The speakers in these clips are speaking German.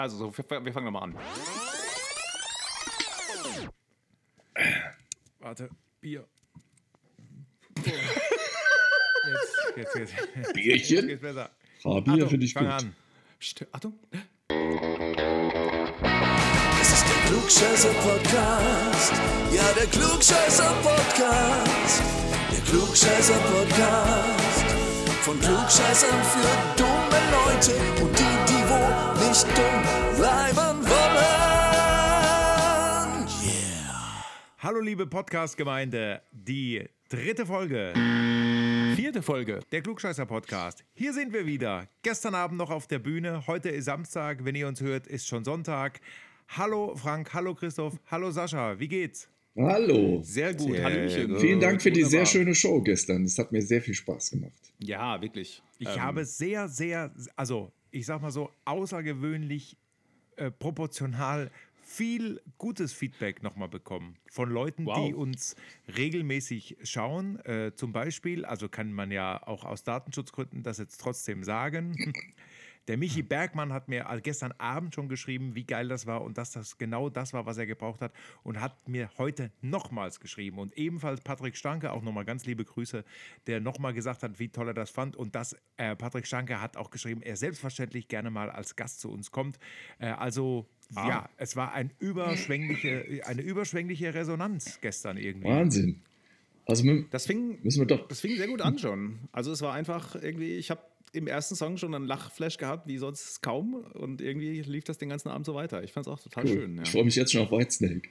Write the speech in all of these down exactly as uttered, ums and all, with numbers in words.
Also, so, wir, wir fangen nochmal an. Warte, Bier. Jetzt, jetzt, jetzt. Bierchen? Jetzt geht's besser. Fahrbier finde ich fang gut. an. Psst, Achtung. Es ist der Klugscheißer-Podcast. Ja, der Klugscheißer-Podcast. Der Klugscheißer-Podcast. Von Klugscheißern für dumme Leute und die, die wo nicht dumm bleiben wollen. Yeah. Hallo liebe Podcast-Gemeinde, die dritte Folge Vierte Folge. der Klugscheißer-Podcast. Hier sind wir wieder. Gestern Abend noch auf der Bühne, heute ist Samstag, wenn ihr uns hört, ist schon Sonntag. Hallo Frank, hallo Christoph, hallo Sascha, wie geht's? Hallo. Sehr gut, Sehr Hallöchen. gut. Vielen Dank für die Wunderbar. sehr schöne Show gestern. Das hat mir sehr viel Spaß gemacht. Ja, wirklich. Ich Ähm, habe sehr, sehr, also ich sag mal so, außergewöhnlich äh, proportional viel gutes Feedback nochmal bekommen von Leuten, Wow. die uns regelmäßig schauen. Äh, zum Beispiel, also kann man ja auch aus Datenschutzgründen das jetzt trotzdem sagen. Der Michi Bergmann hat mir gestern Abend schon geschrieben, wie geil das war und dass das genau das war, was er gebraucht hat, und hat mir heute nochmals geschrieben. Und ebenfalls Patrick Stanke, auch nochmal ganz liebe Grüße, der nochmal gesagt hat, wie toll er das fand. Und das, äh, Patrick Stanke hat auch geschrieben, er selbstverständlich gerne mal als Gast zu uns kommt. Äh, also Ah. ja, es war ein überschwängliche, eine überschwängliche Resonanz gestern irgendwie. Wahnsinn. Also mü- Das fing, müssen wir doch. das fing sehr gut an schon. Also es war einfach irgendwie, ich habe im ersten Song schon einen Lachflash gehabt, wie sonst kaum. Und irgendwie lief das den ganzen Abend so weiter. Ich fand es auch total Cool. schön. Ja. Ich freue mich jetzt schon auf Whitesnake.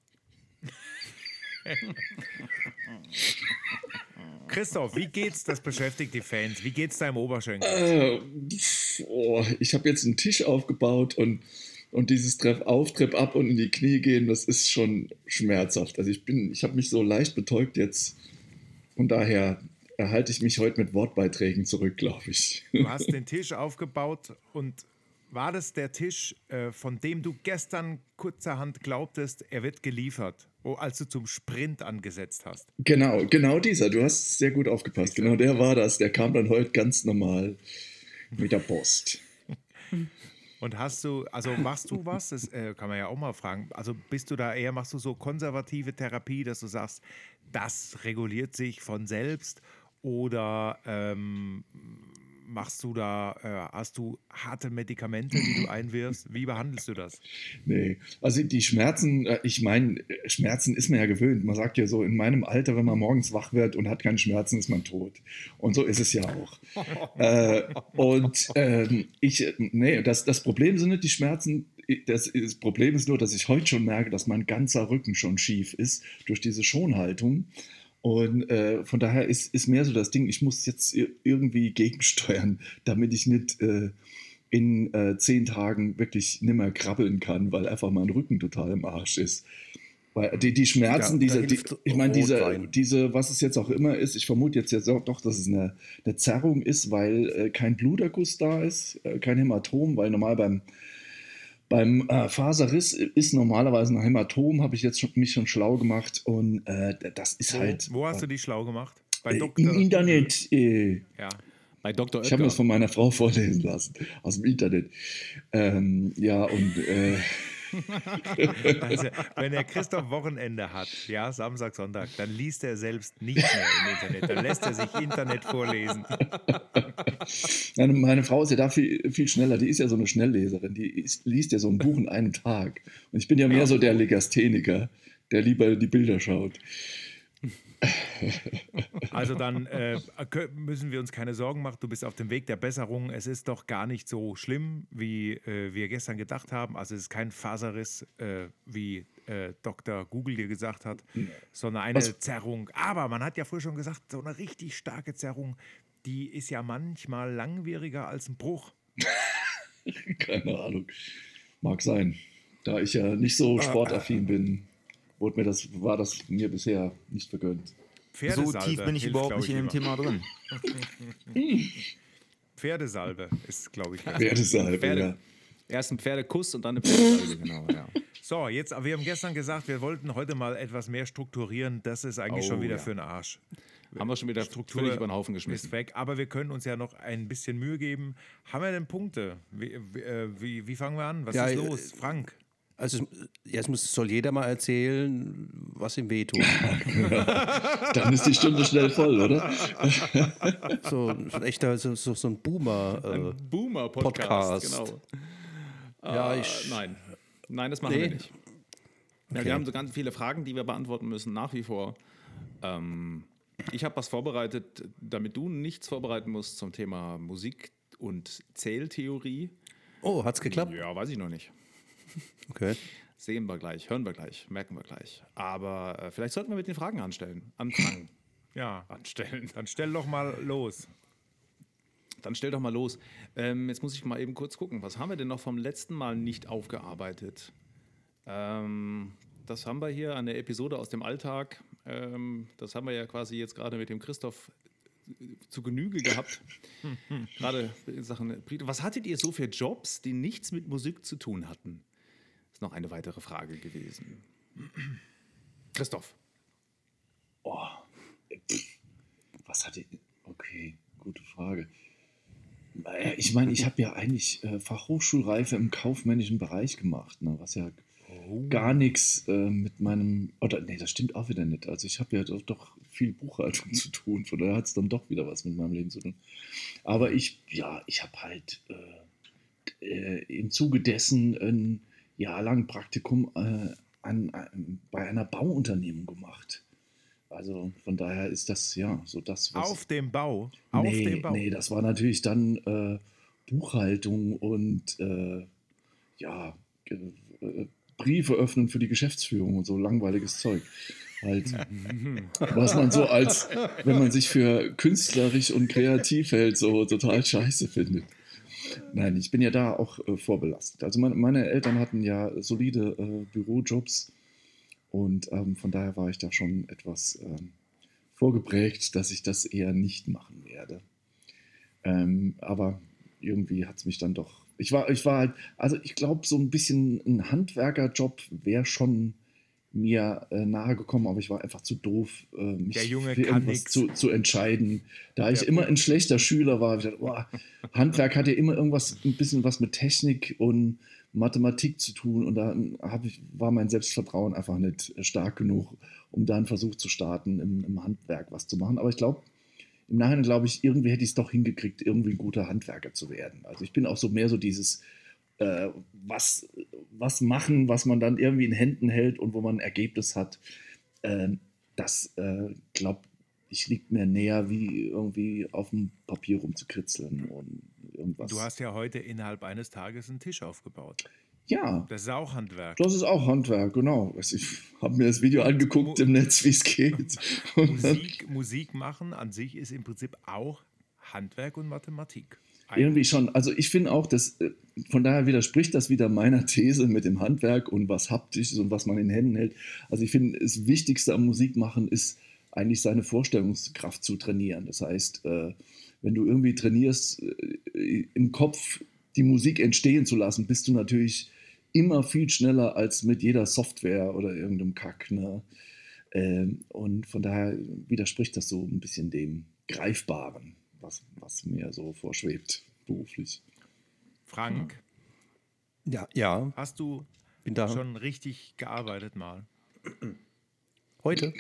Christoph, wie geht's? Das beschäftigt die Fans. Wie geht's deinem Oberschenkel? Äh, pf, oh, ich habe jetzt einen Tisch aufgebaut und, und dieses Treff auf, Trepp ab und in die Knie gehen, das ist schon schmerzhaft. Also ich bin, ich habe mich so leicht betäubt jetzt. Von daher erhalte ich mich heute mit Wortbeiträgen zurück, glaube ich. Du hast den Tisch aufgebaut, und war das der Tisch, äh, von dem du gestern kurzerhand glaubtest, er wird geliefert, oh, als du zum Sprint angesetzt hast? Genau, genau dieser. Du hast sehr gut aufgepasst. Genau der war das. Der kam dann heute ganz normal mit der Post. Und hast du, also machst du was? Das äh, kann man ja auch mal fragen. Also bist du da eher, machst du so konservative Therapie, dass du sagst, das reguliert sich von selbst? Oder ähm, machst du da, äh, hast du harte Medikamente, die du einwirfst? Wie behandelst du das? Nee, also die Schmerzen, äh, ich meine, Schmerzen ist man ja gewöhnt. Man sagt ja so, in meinem Alter, wenn man morgens wach wird und hat keine Schmerzen, ist man tot. Und so ist es ja auch. äh, und ähm, ich, nee, das, das Problem sind nicht die Schmerzen. Das, das Problem ist nur, dass ich heute schon merke, dass mein ganzer Rücken schon schief ist durch diese Schonhaltung. Und äh, von daher ist, ist mehr so das Ding, ich muss jetzt irgendwie gegensteuern, damit ich nicht äh, in äh, zehn Tagen wirklich nimmer krabbeln kann, weil einfach mein Rücken total im Arsch ist. Weil die, die Schmerzen, Ja, da diese, die, hilft ich meine, diese, Rotwein. diese, was es jetzt auch immer ist, ich vermute jetzt, jetzt auch doch, dass es eine, eine Zerrung ist, weil äh, kein Bluterguss da ist, äh, kein Hämatom, weil normal beim Beim äh, Faserriss ist normalerweise ein Hämatom, habe ich jetzt schon, mich schon schlau gemacht, und äh, das ist Wo, halt wo hast du dich schlau gemacht? Bei äh, Doktor im Internet. Äh, Ja. Bei Doktor ich habe mir Oetker. das von meiner Frau vorlesen lassen, aus dem Internet. Ähm, ja, und äh, Also, wenn der Christoph Wochenende hat, ja, Samstag, Sonntag, dann liest er selbst nicht mehr im Internet. Dann lässt er sich Internet vorlesen. meine, meine Frau ist ja da viel, viel schneller, die ist ja so eine Schnellleserin, die ist, liest ja so ein Buch in einem Tag. Und ich bin ja mehr so der Legastheniker, der lieber die Bilder schaut. Also dann äh, kö- müssen wir uns keine Sorgen machen. Du bist auf dem Weg der Besserung. Es ist doch gar nicht so schlimm, wie äh, wir gestern gedacht haben. Also es ist kein Faserriss, äh, wie äh, Doktor Google dir gesagt hat, sondern eine Was- Zerrung. Aber man hat ja früher schon gesagt, so eine richtig starke Zerrung, die ist ja manchmal langwieriger als ein Bruch. Keine Ahnung. Mag sein. Da ich ja nicht so sportaffin bin, wurde mir das, war das mir bisher nicht vergönnt. So Pferdesalbe tief bin ich hilft, überhaupt glaub nicht in dem immer. Thema drin. Pferdesalbe ist, glaube ich. Pferdesalbe, Pferde- ja. Erst ein Pferdekuss und dann eine Pferdesalbe, genau, ja. So, jetzt, wir haben gestern gesagt, wir wollten heute mal etwas mehr strukturieren. Das ist eigentlich Oh, schon wieder ja. für den Arsch. Haben wir schon wieder Struktur völlig über den Haufen geschmissen. ist weg, aber wir können uns ja noch ein bisschen Mühe geben. Haben wir denn Punkte? Wie, wie, äh, wie, wie fangen wir an? Was Ja, ist äh, los? Frank? Also jetzt muss, soll jeder mal erzählen, was ihm wehtut. Dann ist die Stunde schnell voll, oder? So ein echter, so, so, so ein Boomer. Äh, Ein Boomer-Podcast, Podcast. genau. Ja, Äh, ich- Nein, nein, das machen Nee? wir nicht. Ja, Okay. wir haben so ganz viele Fragen, die wir beantworten müssen, nach wie vor. Ähm, ich habe was vorbereitet, damit du nichts vorbereiten musst zum Thema Musik und Zähltheorie. Oh, hat's geklappt? Ja, weiß ich noch nicht. Okay. Sehen wir gleich, hören wir gleich, merken wir gleich. Aber äh, vielleicht sollten wir mit den Fragen anstellen. Anfangen. Ja, Anstellen. dann stell doch mal los. Dann stell doch mal los. Ähm, jetzt muss ich mal eben kurz gucken. Was haben wir denn noch vom letzten Mal nicht aufgearbeitet? Ähm, das haben wir hier an der Episode aus dem Alltag. Ähm, das haben wir ja quasi jetzt gerade mit dem Christoph zu Genüge gehabt. Gerade in Sachen. Was hattet ihr so für Jobs, die nichts mit Musik zu tun hatten? Ist noch eine weitere Frage gewesen. Christoph. Oh, pff, was hatte ich? Okay, gute Frage. Naja, ich meine, ich habe ja eigentlich äh, Fachhochschulreife im kaufmännischen Bereich gemacht, ne, was ja gar nichts äh, mit meinem, oder nee, das stimmt auch wieder nicht. Also ich habe ja doch, doch viel Buchhaltung zu tun, von daher hat es dann doch wieder was mit meinem Leben zu tun. Aber ich, ja, ich habe halt äh, äh, im Zuge dessen ein Jahr lang Praktikum äh, an, an, bei einer Bauunternehmung gemacht. Also von daher ist das ja so das, was... Auf dem Bau? Auf nee, dem Bau? nee, das war natürlich dann äh, Buchhaltung und äh, ja, ge- äh, Briefe öffnen für die Geschäftsführung und so langweiliges Zeug. Halt, was man so als, wenn man sich für künstlerisch und kreativ hält, so total scheiße findet. Nein, ich bin ja da auch äh, vorbelastet. Also meine, meine Eltern hatten ja solide äh, Bürojobs und ähm, von daher war ich da schon etwas ähm, vorgeprägt, dass ich das eher nicht machen werde. Ähm, aber irgendwie hat es mich dann doch. Ich war, ich war halt, also ich glaube, so ein bisschen ein Handwerkerjob wäre schon mir äh, nahe gekommen, aber ich war einfach zu doof, äh, mich Der Junge für kann irgendwas nix. zu, zu entscheiden. Da ich Der immer ein schlechter Schüler war, hab ich gedacht, oh, Handwerk hat ja immer irgendwas, ein bisschen was mit Technik und Mathematik zu tun und da hab ich, war mein Selbstvertrauen einfach nicht stark genug, um da einen Versuch zu starten, im, im Handwerk was zu machen. Aber ich glaube, im Nachhinein glaube ich, irgendwie hätte ich es doch hingekriegt, irgendwie ein guter Handwerker zu werden. Also ich bin auch so mehr so dieses äh, was, was machen, was man dann irgendwie in Händen hält und wo man ein Ergebnis hat. Ähm, das, äh, glaube ich, liegt mir näher, wie irgendwie auf dem Papier rumzukritzeln und irgendwas. Du hast ja heute innerhalb eines Tages einen Tisch aufgebaut. ja, Das ist auch Handwerk. das ist auch Handwerk, genau. Ich habe mir das Video angeguckt im Netz, wie es geht. Und dann Musik, Musik machen an sich ist im Prinzip auch Handwerk und Mathematik. irgendwie schon. Also ich finde auch, dass äh, von daher widerspricht das wieder meiner These mit dem Handwerk und was haptisch ist und was man in Händen hält. Also ich finde, das Wichtigste am Musikmachen ist eigentlich seine Vorstellungskraft zu trainieren. Das heißt, äh, wenn du irgendwie trainierst, äh, im Kopf die Musik entstehen zu lassen, bist du natürlich immer viel schneller als mit jeder Software oder irgendeinem Kack. Ne? Ähm, und von daher widerspricht das so ein bisschen dem Greifbaren, was, was mir so vorschwebt beruflich. Frank, Ja, ja, hast du bin da. schon richtig gearbeitet mal? Heute?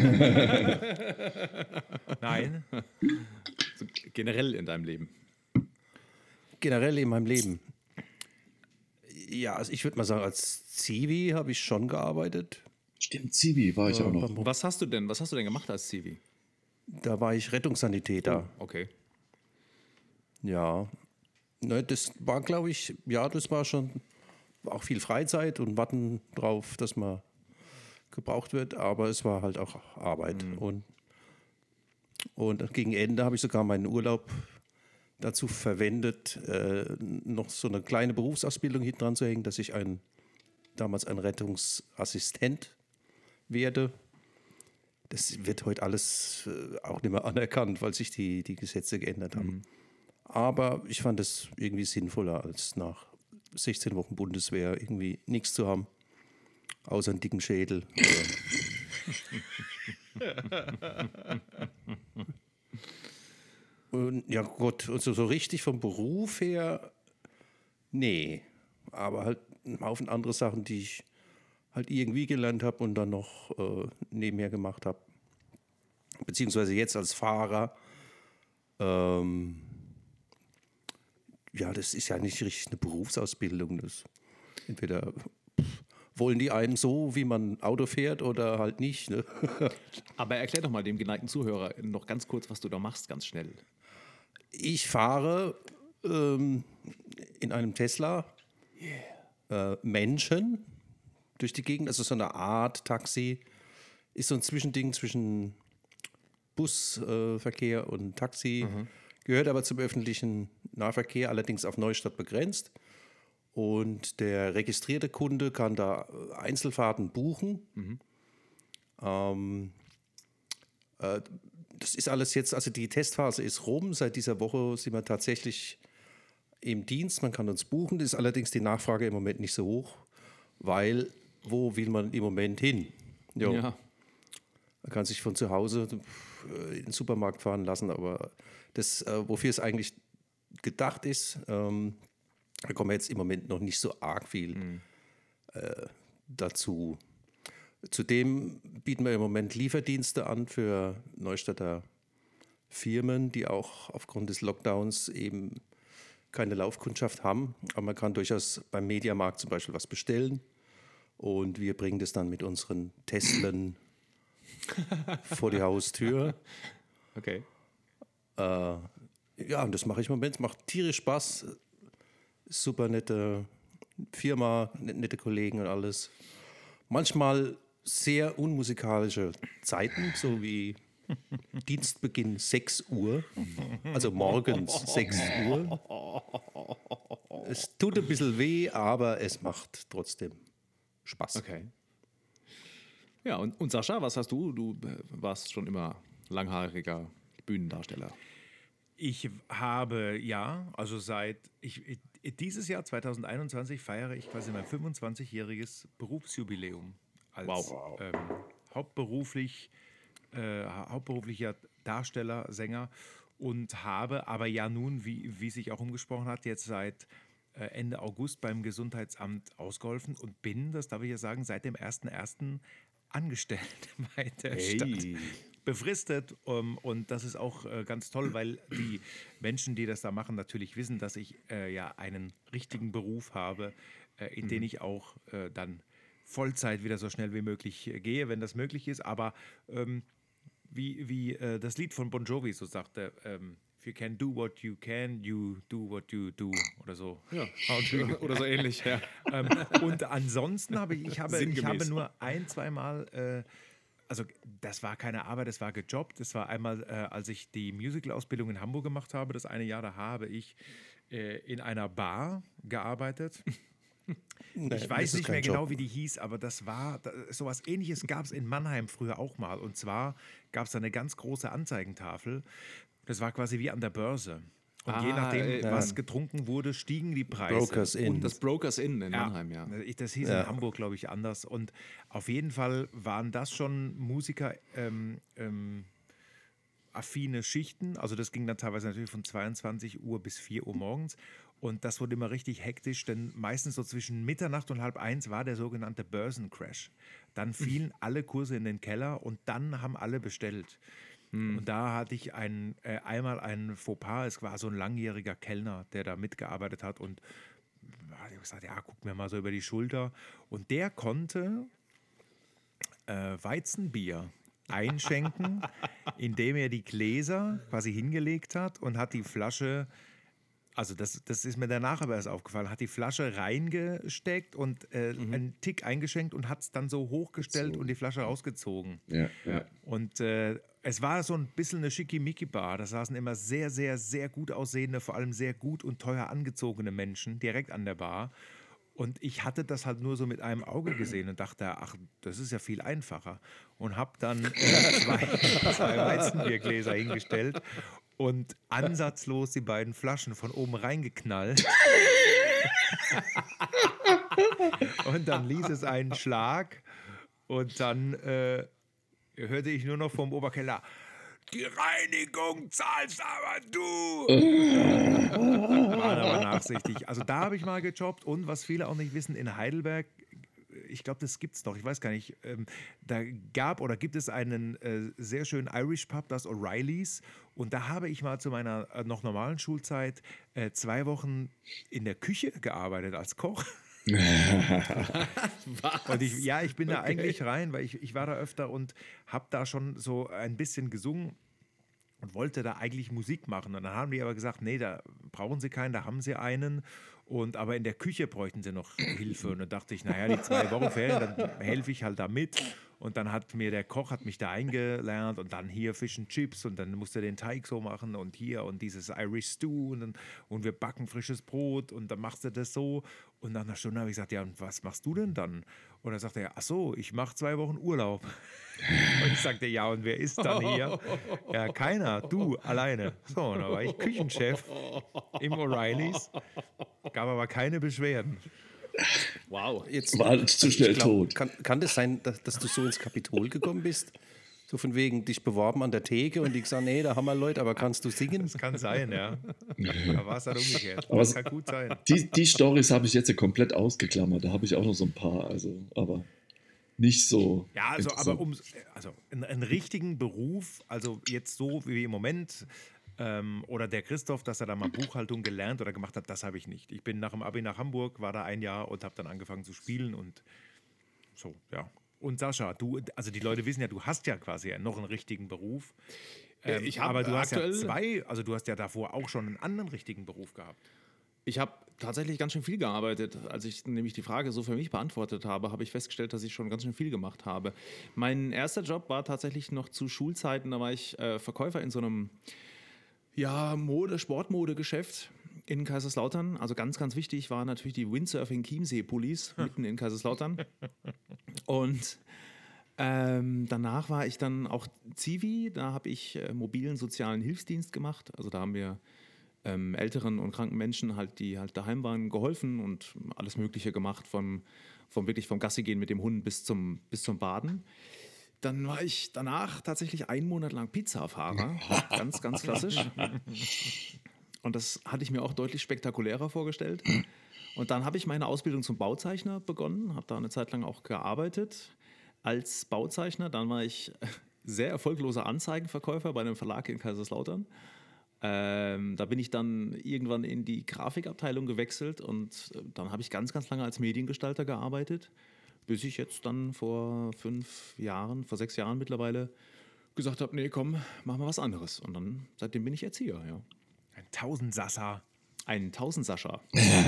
Nein? So generell in deinem Leben. Generell in meinem Leben. Ja, also ich würde mal sagen, als Zivi habe ich schon gearbeitet. Stimmt, Zivi war ich auch noch. Was hast du denn, was hast du denn gemacht als Zivi? Da war ich Rettungssanitäter. Okay. Ja. Ne, das war, glaube ich, ja, das war schon auch viel Freizeit und warten drauf, dass man gebraucht wird, aber es war halt auch Arbeit. Und, und gegen Ende habe ich sogar meinen Urlaub dazu verwendet, äh, noch so eine kleine Berufsausbildung hinten dran zu hängen, dass ich ein, damals ein Rettungsassistent werde. Das wird heute alles äh, auch nicht mehr anerkannt, weil sich die, die Gesetze geändert haben. Aber ich fand es irgendwie sinnvoller, als nach sechzehn Wochen Bundeswehr irgendwie nichts zu haben, außer einen dicken Schädel. Und, ja Gott, also so richtig vom Beruf her, nee. Aber halt ein Haufen andere Sachen, die ich halt irgendwie gelernt habe und dann noch äh, nebenher gemacht habe. Beziehungsweise jetzt als Fahrer. Ähm, ja, das ist ja nicht richtig eine Berufsausbildung. Das entweder wollen die einen so, wie man Auto fährt oder halt nicht. Ne? Aber erklär doch mal dem geneigten Zuhörer noch ganz kurz, was du da machst, ganz schnell. Ich fahre ähm, in einem Tesla äh, Menschen durch die Gegend, also so eine Art Taxi, ist so ein Zwischending zwischen Busverkehr äh, und Taxi, mhm. gehört aber zum öffentlichen Nahverkehr, allerdings auf Neustadt begrenzt. Und der registrierte Kunde kann da Einzelfahrten buchen. Mhm. Ähm, äh, das ist alles jetzt, also die Testphase ist rum. Seit dieser Woche sind wir tatsächlich im Dienst. Man kann uns buchen. Das ist allerdings die Nachfrage im Moment nicht so hoch, weil wo will man im Moment hin? Jo. Ja. Man kann sich von zu Hause in den Supermarkt fahren lassen, aber das, äh, wofür es eigentlich gedacht ist, ähm, da kommen jetzt im Moment noch nicht so arg viel mhm. äh, dazu. Zudem bieten wir im Moment Lieferdienste an für Neustadter Firmen, die auch aufgrund des Lockdowns eben keine Laufkundschaft haben. Aber man kann durchaus beim Mediamarkt zum Beispiel was bestellen und wir bringen das dann mit unseren Teslen vor die Haustür. Okay. Äh, ja, und das mache ich im Moment. Es macht tierisch Spaß. Super nette Firma, nette Kollegen und alles. Manchmal sehr unmusikalische Zeiten, so wie Dienstbeginn sechs Uhr, also morgens sechs Uhr. Es tut ein bisschen weh, aber es macht trotzdem Spaß. Okay. Ja, und, und Sascha, was hast du? Du warst schon immer langhaariger Bühnendarsteller. Ich habe, ja, also seit, ich, dieses Jahr zwanzig einundzwanzig feiere ich quasi mein fünfundzwanzigjähriges Berufsjubiläum als wow. ähm, hauptberuflich, äh, hauptberuflicher Darsteller, Sänger und habe aber ja nun, wie, wie sich auch umgesprochen hat, jetzt seit äh, Ende August beim Gesundheitsamt ausgeholfen und bin, das darf ich ja sagen, seit dem ersten ersten angestellt bei der hey. Stadt. Befristet um, und das ist auch äh, ganz toll, weil die Menschen, die das da machen, natürlich wissen, dass ich äh, ja einen richtigen Beruf habe, äh, in mhm. den ich auch äh, dann Vollzeit wieder so schnell wie möglich äh, gehe, wenn das möglich ist. Aber ähm, wie, wie äh, das Lied von Bon Jovi so sagte, ähm, if you can do what you can, you do what you do oder so. Ja, oder so ähnlich. Ja. ähm, und ansonsten habe ich, ich, habe, ich habe nur ein, zweimal äh, also das war keine Arbeit, das war gejobbt. Das war einmal, äh, als ich die Musical-Ausbildung in Hamburg gemacht habe, das eine Jahr, da habe ich äh, in einer Bar gearbeitet. Nee, ich weiß nicht mehr Job. genau, wie die hieß, aber das war, das, sowas Ähnliches gab es in Mannheim früher auch mal. Und zwar gab es da eine ganz große Anzeigentafel. Das war quasi wie an der Börse. Und ah, je nachdem, äh, was getrunken wurde, stiegen die Preise. Brokers Inn. Und das Brokers Inn in Mannheim, ja. ja. Das hieß ja. in Hamburg, glaube ich, anders. Und auf jeden Fall waren das schon Musiker ähm, ähm, affine Schichten. Also das ging dann teilweise natürlich von zweiundzwanzig Uhr bis vier Uhr morgens. Und das wurde immer richtig hektisch, denn meistens so zwischen Mitternacht und halb eins war der sogenannte Börsencrash. Dann fielen alle Kurse in den Keller und dann haben alle bestellt. Und da hatte ich ein, äh, einmal ein Fauxpas. Es war so ein langjähriger Kellner, der da mitgearbeitet hat. Und ich habe gesagt, ja, guck mir mal so über die Schulter. Und der konnte äh, Weizenbier einschenken, indem er die Gläser quasi hingelegt hat und hat die Flasche, also das, das ist mir danach aber erst aufgefallen, hat die Flasche reingesteckt und äh, mhm. einen Tick eingeschenkt und hat es dann so hochgestellt so. und die Flasche rausgezogen. Ja, ja. Und äh, es war so ein bisschen eine Schickimicki-Bar. Da saßen immer sehr, sehr, sehr gut aussehende, vor allem sehr gut und teuer angezogene Menschen direkt an der Bar. Und ich hatte das halt nur so mit einem Auge gesehen und dachte, ach, das ist ja viel einfacher. Und habe dann äh, zwei, zwei Weizenbiergläser hingestellt und ansatzlos die beiden Flaschen von oben reingeknallt. Und dann ließ es einen Schlag und dann äh, hörte ich nur noch vom Oberkeller, die Reinigung zahlst aber du. Waren aber nachsichtig. Also da habe ich mal gejobbt und was viele auch nicht wissen, in Heidelberg, ich glaube, das gibt es doch, ich weiß gar nicht, ähm, da gab oder gibt es einen äh, sehr schönen Irish Pub, das O'Reillys, und da habe ich mal zu meiner äh, noch normalen Schulzeit äh, zwei Wochen in der Küche gearbeitet als Koch. Was? Und ich, ja, ich bin da Okay. eigentlich rein, weil ich, ich war da öfter und habe da schon so ein bisschen gesungen und wollte da eigentlich Musik machen. Und dann haben die aber gesagt, nee, da brauchen sie keinen, da haben sie einen. Und aber in der Küche bräuchten sie noch Hilfe. Und dann dachte ich, naja, die zwei Wochen Ferien, dann helfe ich halt da mit. Und dann hat mir der Koch hat mich da eingelernt und dann hier Fish and Chips und dann musste er den Teig so machen und hier und dieses Irish Stew und, dann, und wir backen frisches Brot und dann machst du das so. Und nach einer Stunde habe ich gesagt, ja, und was machst du denn dann? Und dann sagte er, ach so, ich mache zwei Wochen Urlaub. Und ich sagte, ja, und wer ist dann hier? Ja, keiner, du, alleine. So, und dann war ich Küchenchef im O'Reillys, gab aber keine Beschwerden. Wow. Jetzt, War zu schnell ich glaub, tot. Kann, kann das sein, dass, dass du so ins Kapitol gekommen bist? So von wegen dich beworben an der Theke und die gesagt, nee, da haben wir Leute, aber kannst du singen? Das kann sein, ja. Da war es dann umgekehrt. Aber Das es- kann gut sein. Die, die Storys habe ich jetzt ja komplett ausgeklammert. Da habe ich auch noch so ein paar, also, aber nicht so. Ja, also interessant. aber um also einen, einen richtigen Beruf, also jetzt so wie im Moment, ähm, oder der Christoph, dass er da mal Buchhaltung gelernt oder gemacht hat, das habe ich nicht. Ich bin nach dem Abi nach Hamburg, war da ein Jahr und habe dann angefangen zu spielen und so, ja. Und Sascha, du, also die Leute wissen ja, du hast ja quasi noch einen richtigen Beruf. Ähm, ich hab aber du hast ja aktuell- zwei, also du hast ja davor auch schon einen anderen richtigen Beruf gehabt. Ich habe tatsächlich ganz schön viel gearbeitet. Als ich nämlich die Frage so für mich beantwortet habe, habe ich festgestellt, dass ich schon ganz schön viel gemacht habe. Mein erster Job war tatsächlich noch zu Schulzeiten. Da war ich äh, Verkäufer in so einem ja, Mode, Sportmodegeschäft in Kaiserslautern. Also ganz, ganz wichtig war natürlich die Windsurfing Chiemsee Pullis mitten in Kaiserslautern. Und ähm, danach war ich dann auch Zivi. Da habe ich äh, mobilen sozialen Hilfsdienst gemacht. Also da haben wir ähm, älteren und kranken Menschen, halt, die halt daheim waren, geholfen und alles Mögliche gemacht, vom, vom wirklich vom Gassi gehen mit dem Hund bis zum, bis zum Baden. Dann war ich danach tatsächlich einen Monat lang Pizzafahrer, ganz, ganz klassisch. Und das hatte ich mir auch deutlich spektakulärer vorgestellt. Und dann habe ich meine Ausbildung zum Bauzeichner begonnen, habe da eine Zeit lang auch gearbeitet als Bauzeichner. Dann war ich sehr erfolgloser Anzeigenverkäufer bei einem Verlag in Kaiserslautern. Ähm, da bin ich dann irgendwann in die Grafikabteilung gewechselt und äh, dann habe ich ganz, ganz lange als Mediengestalter gearbeitet, bis ich jetzt dann vor fünf Jahren, vor sechs Jahren mittlerweile gesagt habe, nee, komm, mach mal was anderes. Und dann, seitdem bin ich Erzieher, ja. Ein Tausendsasser. Ein Tausendsascha.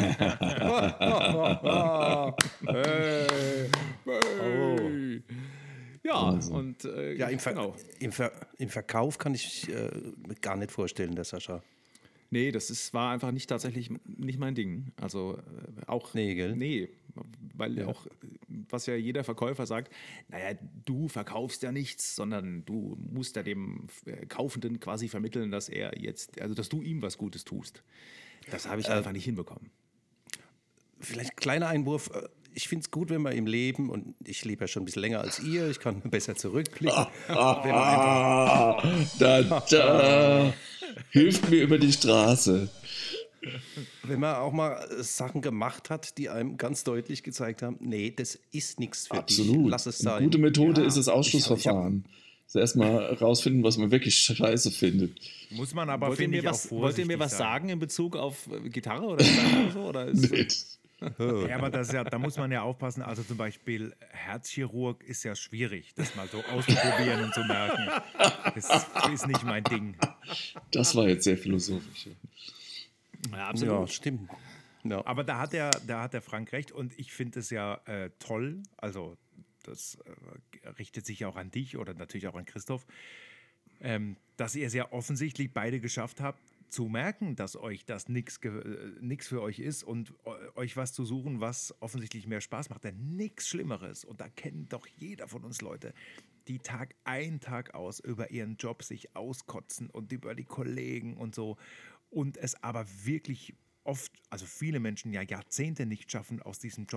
Hey. Ja, und äh, Ja, im, Ver genau. im, Ver im Verkauf kann ich äh, mir gar nicht vorstellen, der Sascha. Nee, das ist, war einfach nicht tatsächlich nicht mein Ding. Also äh, auch. Nee, gell? Nee, weil auch, was ja jeder Verkäufer sagt, naja, du verkaufst ja nichts, sondern du musst ja dem äh, Kaufenden quasi vermitteln, dass er jetzt, also dass du ihm was Gutes tust. Das habe ich einfach nicht hinbekommen. Vielleicht kleiner Einwurf. äh, Ich finde es gut, wenn man im Leben, und ich lebe ja schon ein bisschen länger als ihr, ich kann besser zurückblicken, wenn man einfach Ah, da, da. Hilft mir über die Straße. Wenn man auch mal äh, Sachen gemacht hat, die einem ganz deutlich gezeigt haben, nee, das ist nichts für dich, Absolut. lass es Eine sein. gute Methode Ja, ist das ich- Ausschlussverfahren. Das erstmal rausfinden, was man wirklich scheiße findet. Muss man aber, Wollt ihr, finde mir ich, auch was, vorsichtig wollt ihr mir was sein. sagen in Bezug auf äh, Gitarre oder Gesang oder so? Oder ist, Nicht. Ja, aber das ist ja, da muss man ja aufpassen. Also zum Beispiel Herzchirurg ist ja schwierig, das mal so auszuprobieren und zu merken. Das ist nicht mein Ding. Das war jetzt sehr philosophisch. ja, ich, ja, stimmt. Ja. Aber da hat der, da hat der Frank recht und ich finde es ja äh, toll. Also das äh, richtet sich ja auch an dich oder natürlich auch an Christoph, ähm, dass ihr es ja offensichtlich beide geschafft habt, zu merken, dass euch das nichts äh, für euch ist und äh, euch was zu suchen, was offensichtlich mehr Spaß macht. Denn nichts Schlimmeres, und da kennt doch jeder von uns Leute, die Tag ein, Tag aus über ihren Job sich auskotzen und über die Kollegen und so. Und es aber wirklich oft, also viele Menschen ja Jahrzehnte nicht schaffen, aus diesem Job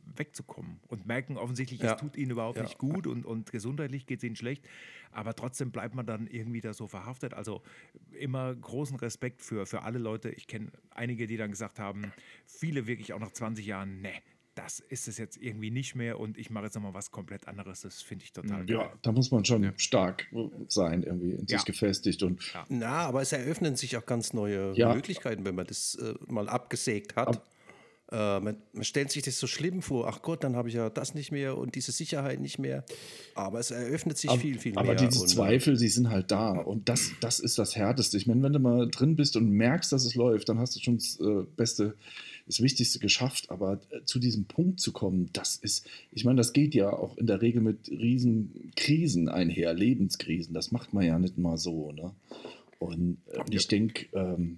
wegzukommen und merken offensichtlich, Ja. es tut ihnen überhaupt Ja. nicht gut und, und gesundheitlich geht es ihnen schlecht, aber trotzdem bleibt man dann irgendwie da so verhaftet. Also immer großen Respekt für, für alle Leute. Ich kenne einige, die dann gesagt haben, viele wirklich auch nach zwanzig Jahren, ne, das ist es jetzt irgendwie nicht mehr und ich mache jetzt nochmal was komplett anderes. Das finde ich total geil. Ja, da muss man schon Ja. stark sein, irgendwie in sich Ja. gefestigt. Und Na, aber es eröffnen sich auch ganz neue Ja. Möglichkeiten, wenn man das äh, mal abgesägt hat. Ab- Äh, man, man stellt sich das so schlimm vor, ach Gott, dann habe ich ja das nicht mehr und diese Sicherheit nicht mehr. Aber es eröffnet sich viel, viel aber mehr. diese und, äh, Zweifel, die sind halt da. Und das, das ist das Härteste. Ich meine, wenn du mal drin bist und merkst, dass es läuft, dann hast du schon das äh, Beste, das Wichtigste geschafft. Aber äh, zu diesem Punkt zu kommen, das ist, ich meine, das geht ja auch in der Regel mit riesen Krisen einher, Lebenskrisen. Das macht man ja nicht mal so. Ne? Und äh, ich denke, ähm,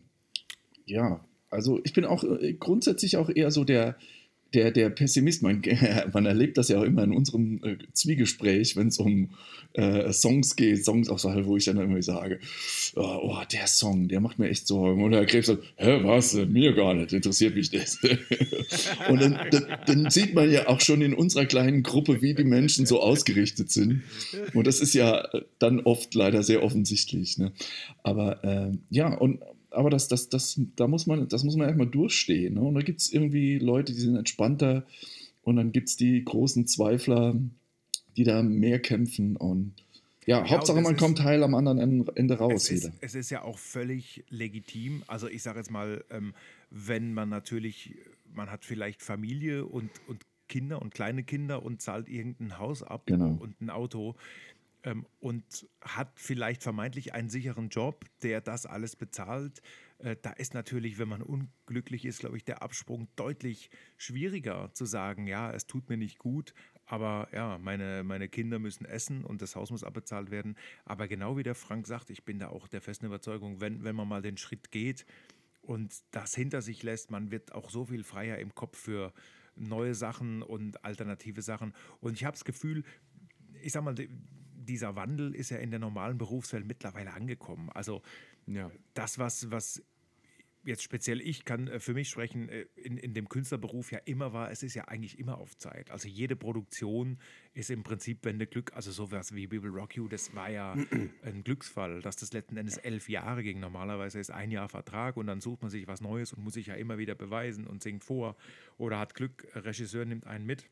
ja, also ich bin auch äh, grundsätzlich auch eher so der, der, der Pessimist. Man, man erlebt das ja auch immer in unserem äh, Zwiegespräch, wenn es um äh, Songs geht, Songs auch so, wo ich dann immer sage, oh, oh, der Song, der macht mir echt Sorgen. Und der Krebs sagt, hä, was, mir gar nicht, interessiert mich das. Und dann, dann, dann sieht man ja auch schon in unserer kleinen Gruppe, wie die Menschen so ausgerichtet sind. Und das ist ja dann oft leider sehr offensichtlich. Ne? Aber ähm, ja, und aber das, das, das, da muss man, das muss man erstmal durchstehen. Ne? Und da gibt es irgendwie Leute, die sind entspannter und dann gibt es die großen Zweifler, die da mehr kämpfen. Und ja, Ja, Hauptsache und das man ist- kommt heil am anderen Ende raus Es ist, wieder. es ist ja auch völlig legitim. Also ich sage jetzt mal, ähm, wenn man natürlich, man hat vielleicht Familie und, und Kinder und kleine Kinder und zahlt irgendein Haus ab Genau. und ein Auto ähm, und hat vielleicht vermeintlich einen sicheren Job, der das alles bezahlt. Äh, da ist natürlich, wenn man unglücklich ist, glaube ich, der Absprung deutlich schwieriger zu sagen, ja, es tut mir nicht gut, aber ja, meine, meine Kinder müssen essen und das Haus muss abbezahlt werden. Aber genau wie der Frank sagt, ich bin da auch der festen Überzeugung, wenn, wenn man mal den Schritt geht und das hinter sich lässt, man wird auch so viel freier im Kopf für neue Sachen und alternative Sachen. Und ich habe das Gefühl, ich sag mal, dieser Wandel ist ja in der normalen Berufswelt mittlerweile angekommen. Also Ja. das, was, was jetzt speziell ich kann äh, für mich sprechen, äh, in, in dem Künstlerberuf ja immer war, es ist ja eigentlich immer auf Zeit. Also jede Produktion ist im Prinzip, wenn der Glück, also sowas wie We Will Rock You, das war ja ein Glücksfall, dass das letzten Endes elf Jahre ging. Normalerweise ist ein Jahr Vertrag und dann sucht man sich was Neues und muss sich ja immer wieder beweisen und singt vor oder hat Glück, Regisseur nimmt einen mit.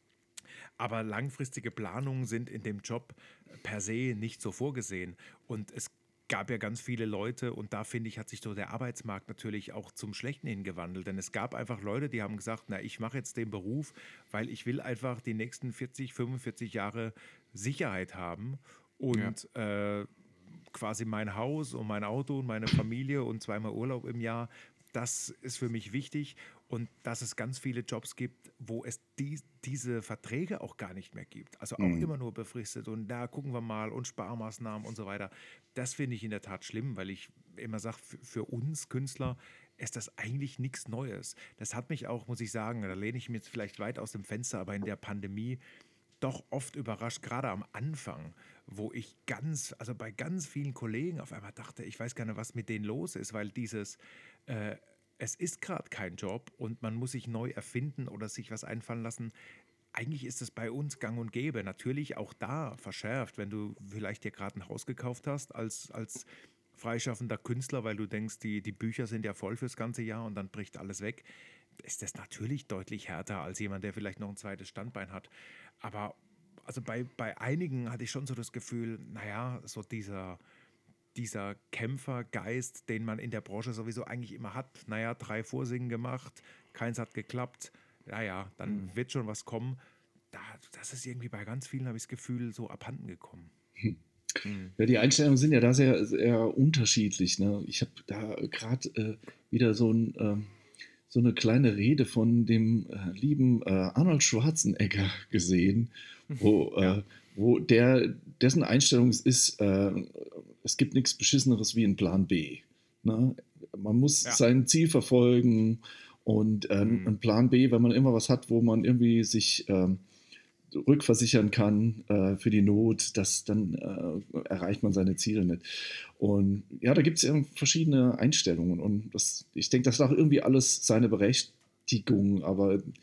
Aber langfristige Planungen sind in dem Job per se nicht so vorgesehen. Und es gab ja ganz viele Leute, und da finde ich, hat sich so der Arbeitsmarkt natürlich auch zum Schlechten hingewandelt. Denn es gab einfach Leute, die haben gesagt, na, ich mache jetzt den Beruf, weil ich will einfach die nächsten vierzig, fünfundvierzig Jahre Sicherheit haben und äh, quasi mein Haus und mein Auto und meine Familie und zweimal Urlaub im Jahr. Das ist für mich wichtig und dass es ganz viele Jobs gibt, wo es die, diese Verträge auch gar nicht mehr gibt. Also auch immer nur befristet und da gucken wir mal und Sparmaßnahmen und so weiter. Das finde ich in der Tat schlimm, weil ich immer sage, für, für uns Künstler ist das eigentlich nichts Neues. Das hat mich auch, muss ich sagen, da lehne ich mich jetzt vielleicht weit aus dem Fenster, aber in der Pandemie doch oft überrascht, gerade am Anfang, wo ich ganz, also bei ganz vielen Kollegen auf einmal dachte, ich weiß gar nicht, was mit denen los ist, weil dieses, äh, es ist gerade kein Job und man muss sich neu erfinden oder sich was einfallen lassen. Eigentlich ist es bei uns gang und gäbe. Natürlich auch da verschärft, wenn du vielleicht dir gerade ein Haus gekauft hast als, als freischaffender Künstler, weil du denkst, die, die Bücher sind ja voll fürs ganze Jahr und dann bricht alles weg, ist das natürlich deutlich härter als jemand, der vielleicht noch ein zweites Standbein hat. Aber also bei, bei einigen hatte ich schon so das Gefühl, naja, so dieser, dieser Kämpfergeist, den man in der Branche sowieso eigentlich immer hat. Naja, drei Vorsingen gemacht, keins hat geklappt. Naja, dann wird schon was kommen. Da, das ist irgendwie bei ganz vielen, habe ich das Gefühl, so abhanden gekommen. Ja, die Einstellungen sind ja da sehr, sehr unterschiedlich. Ne? Ich habe da gerade äh, wieder so, ein, ähm, so eine kleine Rede von dem äh, lieben äh, Arnold Schwarzenegger gesehen, wo, äh, wo der, dessen Einstellung ist, äh, es gibt nichts Beschisseneres wie ein Plan B. Ne? Man muss Ja. sein Ziel verfolgen und äh, ein Plan B, wenn man immer was hat, wo man irgendwie sich ähm, rückversichern kann äh, für die Not, das, dann äh, erreicht man seine Ziele nicht. Und ja, da gibt es verschiedene Einstellungen und das, ich denke, das hat auch irgendwie alles seine Berechtigung, aber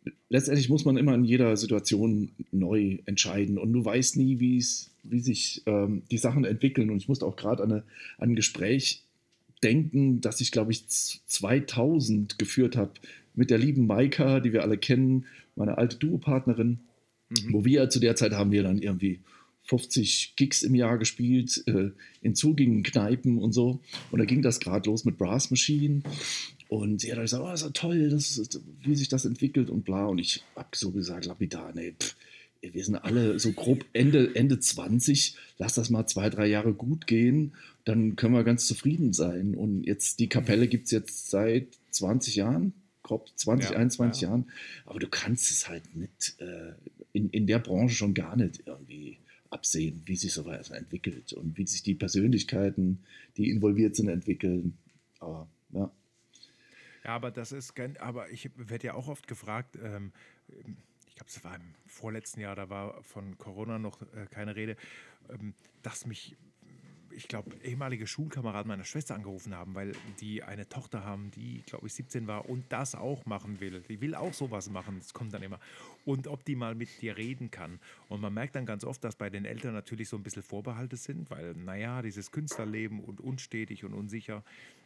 letztendlich muss man immer in jeder Situation neu entscheiden und du weißt nie, wie es, wie sich ähm, die Sachen entwickeln. Und ich musste auch gerade an, eine, an ein Gespräch denken, das ich, glaube ich, zweitausend geführt habe mit der lieben Maika, die wir alle kennen, meine alte Duopartnerin, mhm. wo wir zu der Zeit haben wir dann irgendwie fünfzig Gigs im Jahr gespielt, äh, in zugigen Kneipen und so. Und da ging das gerade los mit Brass Machine. Und sie hat dann gesagt, oh, das ist ja toll, das ist, wie sich das entwickelt und bla. Und ich habe so gesagt, lapidar, nee, pff, wir sind alle so grob Ende, Ende zwanzig, lass das mal zwei, drei Jahre gut gehen, dann können wir ganz zufrieden sein. Und jetzt, die Kapelle gibt es jetzt seit zwanzig Jahren, grob zwanzig, ja, einundzwanzig ja. Jahren. Aber du kannst es halt nicht, äh, in, in der Branche schon gar nicht irgendwie absehen, wie sich so weiter entwickelt und wie sich die Persönlichkeiten, die involviert sind, entwickeln. Aber ja. Ja, aber das ist, aber ich werde ja auch oft gefragt, ähm, ich glaube, es war im vorletzten Jahr, da war von Corona noch äh, keine Rede, ähm, dass mich, ich glaube, ehemalige Schulkameraden meiner Schwester angerufen haben, weil die eine Tochter haben, die, glaube ich, siebzehn war und das auch machen will. Die will auch sowas machen, das kommt dann immer. Und ob die mal mit dir reden kann. Und man merkt dann ganz oft, dass bei den Eltern natürlich so ein bisschen Vorbehalte sind, weil, naja, dieses Künstlerleben und unstetig und unsicher.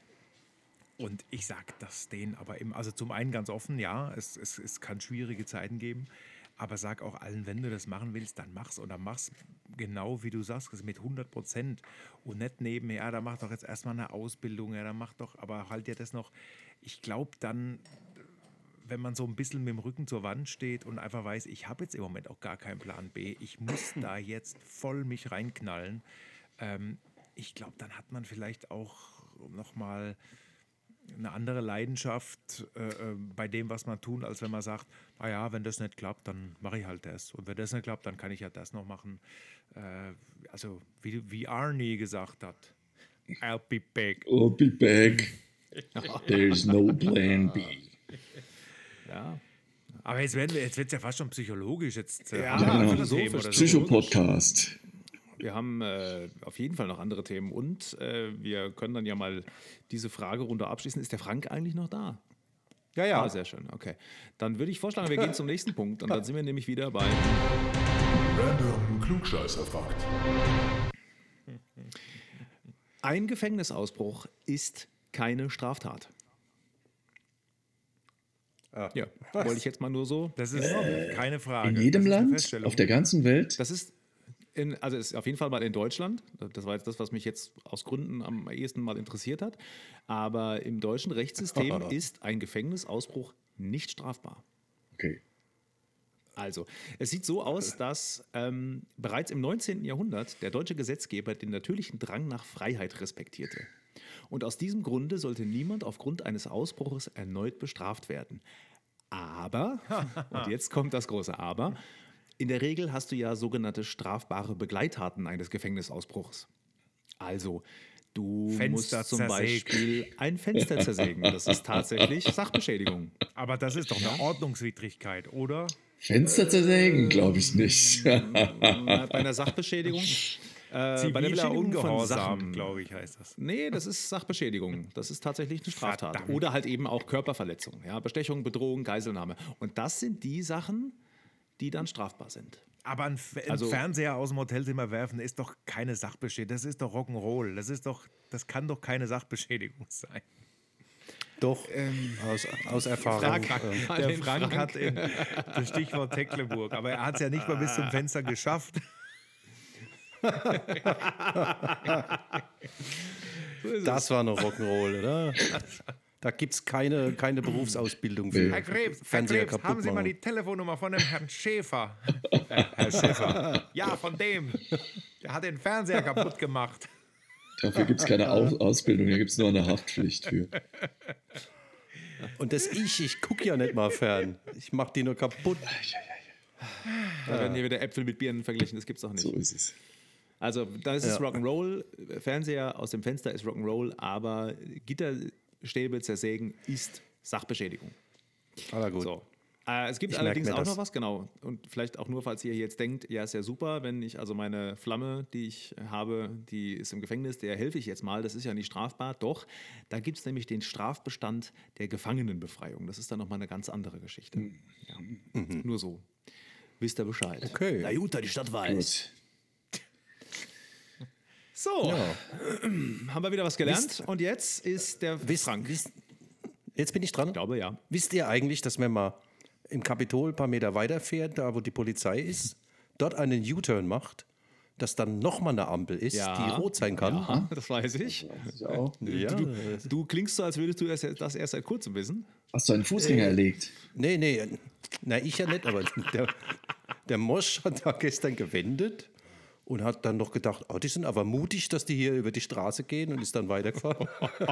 Und ich sage das denen aber eben, also zum einen ganz offen, ja, es, es, es kann schwierige Zeiten geben, aber sag auch allen, wenn du das machen willst, dann mach's und dann mach's genau wie du sagst, mit hundert Prozent und nicht nebenher, ja, da mach doch jetzt erstmal eine Ausbildung, ja, dann mach doch, aber halt dir das noch, ich glaube dann, wenn man so ein bisschen mit dem Rücken zur Wand steht und einfach weiß, ich habe jetzt im Moment auch gar keinen Plan B, ich muss da jetzt voll mich reinknallen, ähm, ich glaube, dann hat man vielleicht auch nochmal eine andere Leidenschaft äh, bei dem, was man tut, als wenn man sagt, naja, wenn das nicht klappt, dann mache ich halt das. Und wenn das nicht klappt, dann kann ich ja das noch machen. Äh, also wie, wie Arnie gesagt hat, I'll be back. I'll be back. There's no plan B. Ja. Aber jetzt, werden wir, jetzt wird es ja fast schon psychologisch. Jetzt, äh, ja, ja, philosophisch. So. Psycho-Podcast. Wir haben äh, auf jeden Fall noch andere Themen und äh, wir können dann ja mal diese Fragerunde abschließen. Ist der Frank eigentlich noch da? Ja, ja. Ah, sehr schön, okay. Dann würde ich vorschlagen, wir gehen zum nächsten Punkt und dann sind wir nämlich wieder bei Random Klugscheißer-Fakt. Ein Gefängnisausbruch ist keine Straftat. Ah. Ja, wollte ich jetzt mal nur so. Das ist äh, keine Frage. In jedem das Land? Auf der ganzen Welt? Das ist In, also ist auf jeden Fall mal in Deutschland. Das war jetzt das, was mich jetzt aus Gründen am ehesten mal interessiert hat. Aber im deutschen Rechtssystem ist ein Gefängnisausbruch nicht strafbar. Okay. Also, es sieht so aus, dass ähm, bereits im neunzehnten Jahrhundert der deutsche Gesetzgeber den natürlichen Drang nach Freiheit respektierte. Und aus diesem Grunde sollte niemand aufgrund eines Ausbruches erneut bestraft werden. Aber, und jetzt kommt das große Aber, in der Regel hast du ja sogenannte strafbare Begleittaten eines Gefängnisausbruchs. Also, du Fenster musst zum zersägen. Beispiel ein Fenster zersägen. Das ist tatsächlich Sachbeschädigung. Aber das ist doch eine Ordnungswidrigkeit, oder? Fenster zersägen, glaube ich nicht. Bei einer Sachbeschädigung. Äh, bei der Ziviler Beschädigung von Ungehorsam, Sachen, glaube ich, heißt das. Nee, das ist Sachbeschädigung. Das ist tatsächlich eine Straftat. Verdammt. Oder halt eben auch Körperverletzung. Ja? Bestechung, Bedrohung, Geiselnahme. Und das sind die Sachen, die dann strafbar sind. Aber ein, F- ein Also- Fernseher aus dem Hotelzimmer werfen ist doch keine Sachbeschädigung. Das ist doch Rock'n'Roll. Das ist doch, das kann doch keine Sachbeschädigung sein. Doch, aus, aus Erfahrung. Frag- ähm, Mal Der den Frank, Frank. hat in, das Stichwort Tecklenburg, aber er hat es ja nicht mal bis zum Fenster geschafft. Das war noch Rock'n'Roll, oder? Da gibt es keine, keine Berufsausbildung für Herr Krebs, Herr Fernseher Krebs, kaputt haben Sie mal machen. die Telefonnummer von dem Herrn Schäfer? Äh, Herr Schäfer. Ja, von dem. Der hat den Fernseher kaputt gemacht. Dafür gibt es keine Aus Ausbildung, da gibt es nur eine Haftpflicht für. Und das ich, ich gucke ja nicht mal fern. Ich mache die nur kaputt. Da werden hier wieder Äpfel mit Birnen verglichen, das gibt's doch nicht. So ist es. Also, da ist es Ja. Rock'n'Roll, Fernseher aus dem Fenster ist Rock'n'Roll, aber Gitterstäbe zersägen ist Sachbeschädigung. Aber gut. So. Äh, es gibt Ich merk allerdings mir auch das. noch was, genau. Und vielleicht auch nur, falls ihr jetzt denkt, ja, ist ja super, wenn ich also meine Flamme, die ich habe, die ist im Gefängnis, der helfe ich jetzt mal, das ist ja nicht strafbar. Doch, da gibt es nämlich den Strafbestand der Gefangenenbefreiung. Das ist dann nochmal eine ganz andere Geschichte. Ja. Nur so. Wisst ihr Bescheid. Okay. Na gut, da die Stadt weiß. Gut. So, haben wir wieder was gelernt. Und jetzt ist der Wisst, Frank. wisst, jetzt bin ich dran. Ich glaube, ja. Wisst ihr eigentlich, dass wenn man im Kapitol ein paar Meter weiterfährt, da wo die Polizei ist, dort einen U-Turn macht, dass dann nochmal eine Ampel ist, Ja. die rot sein kann? Ja, das weiß ich. Ja auch. Ja. Du, du klingst so, als würdest du das erst, das erst seit kurzem wissen. Hast du einen Fußgänger erlegt? Nee, nee, na ich ja nicht, aber der, der Mosch hat da gestern gewendet und hat dann noch gedacht, oh, die sind aber mutig, dass die hier über die Straße gehen und ist dann weitergefahren.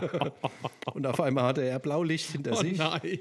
Und auf einmal hatte er Blaulicht hinter Oh sich. nein.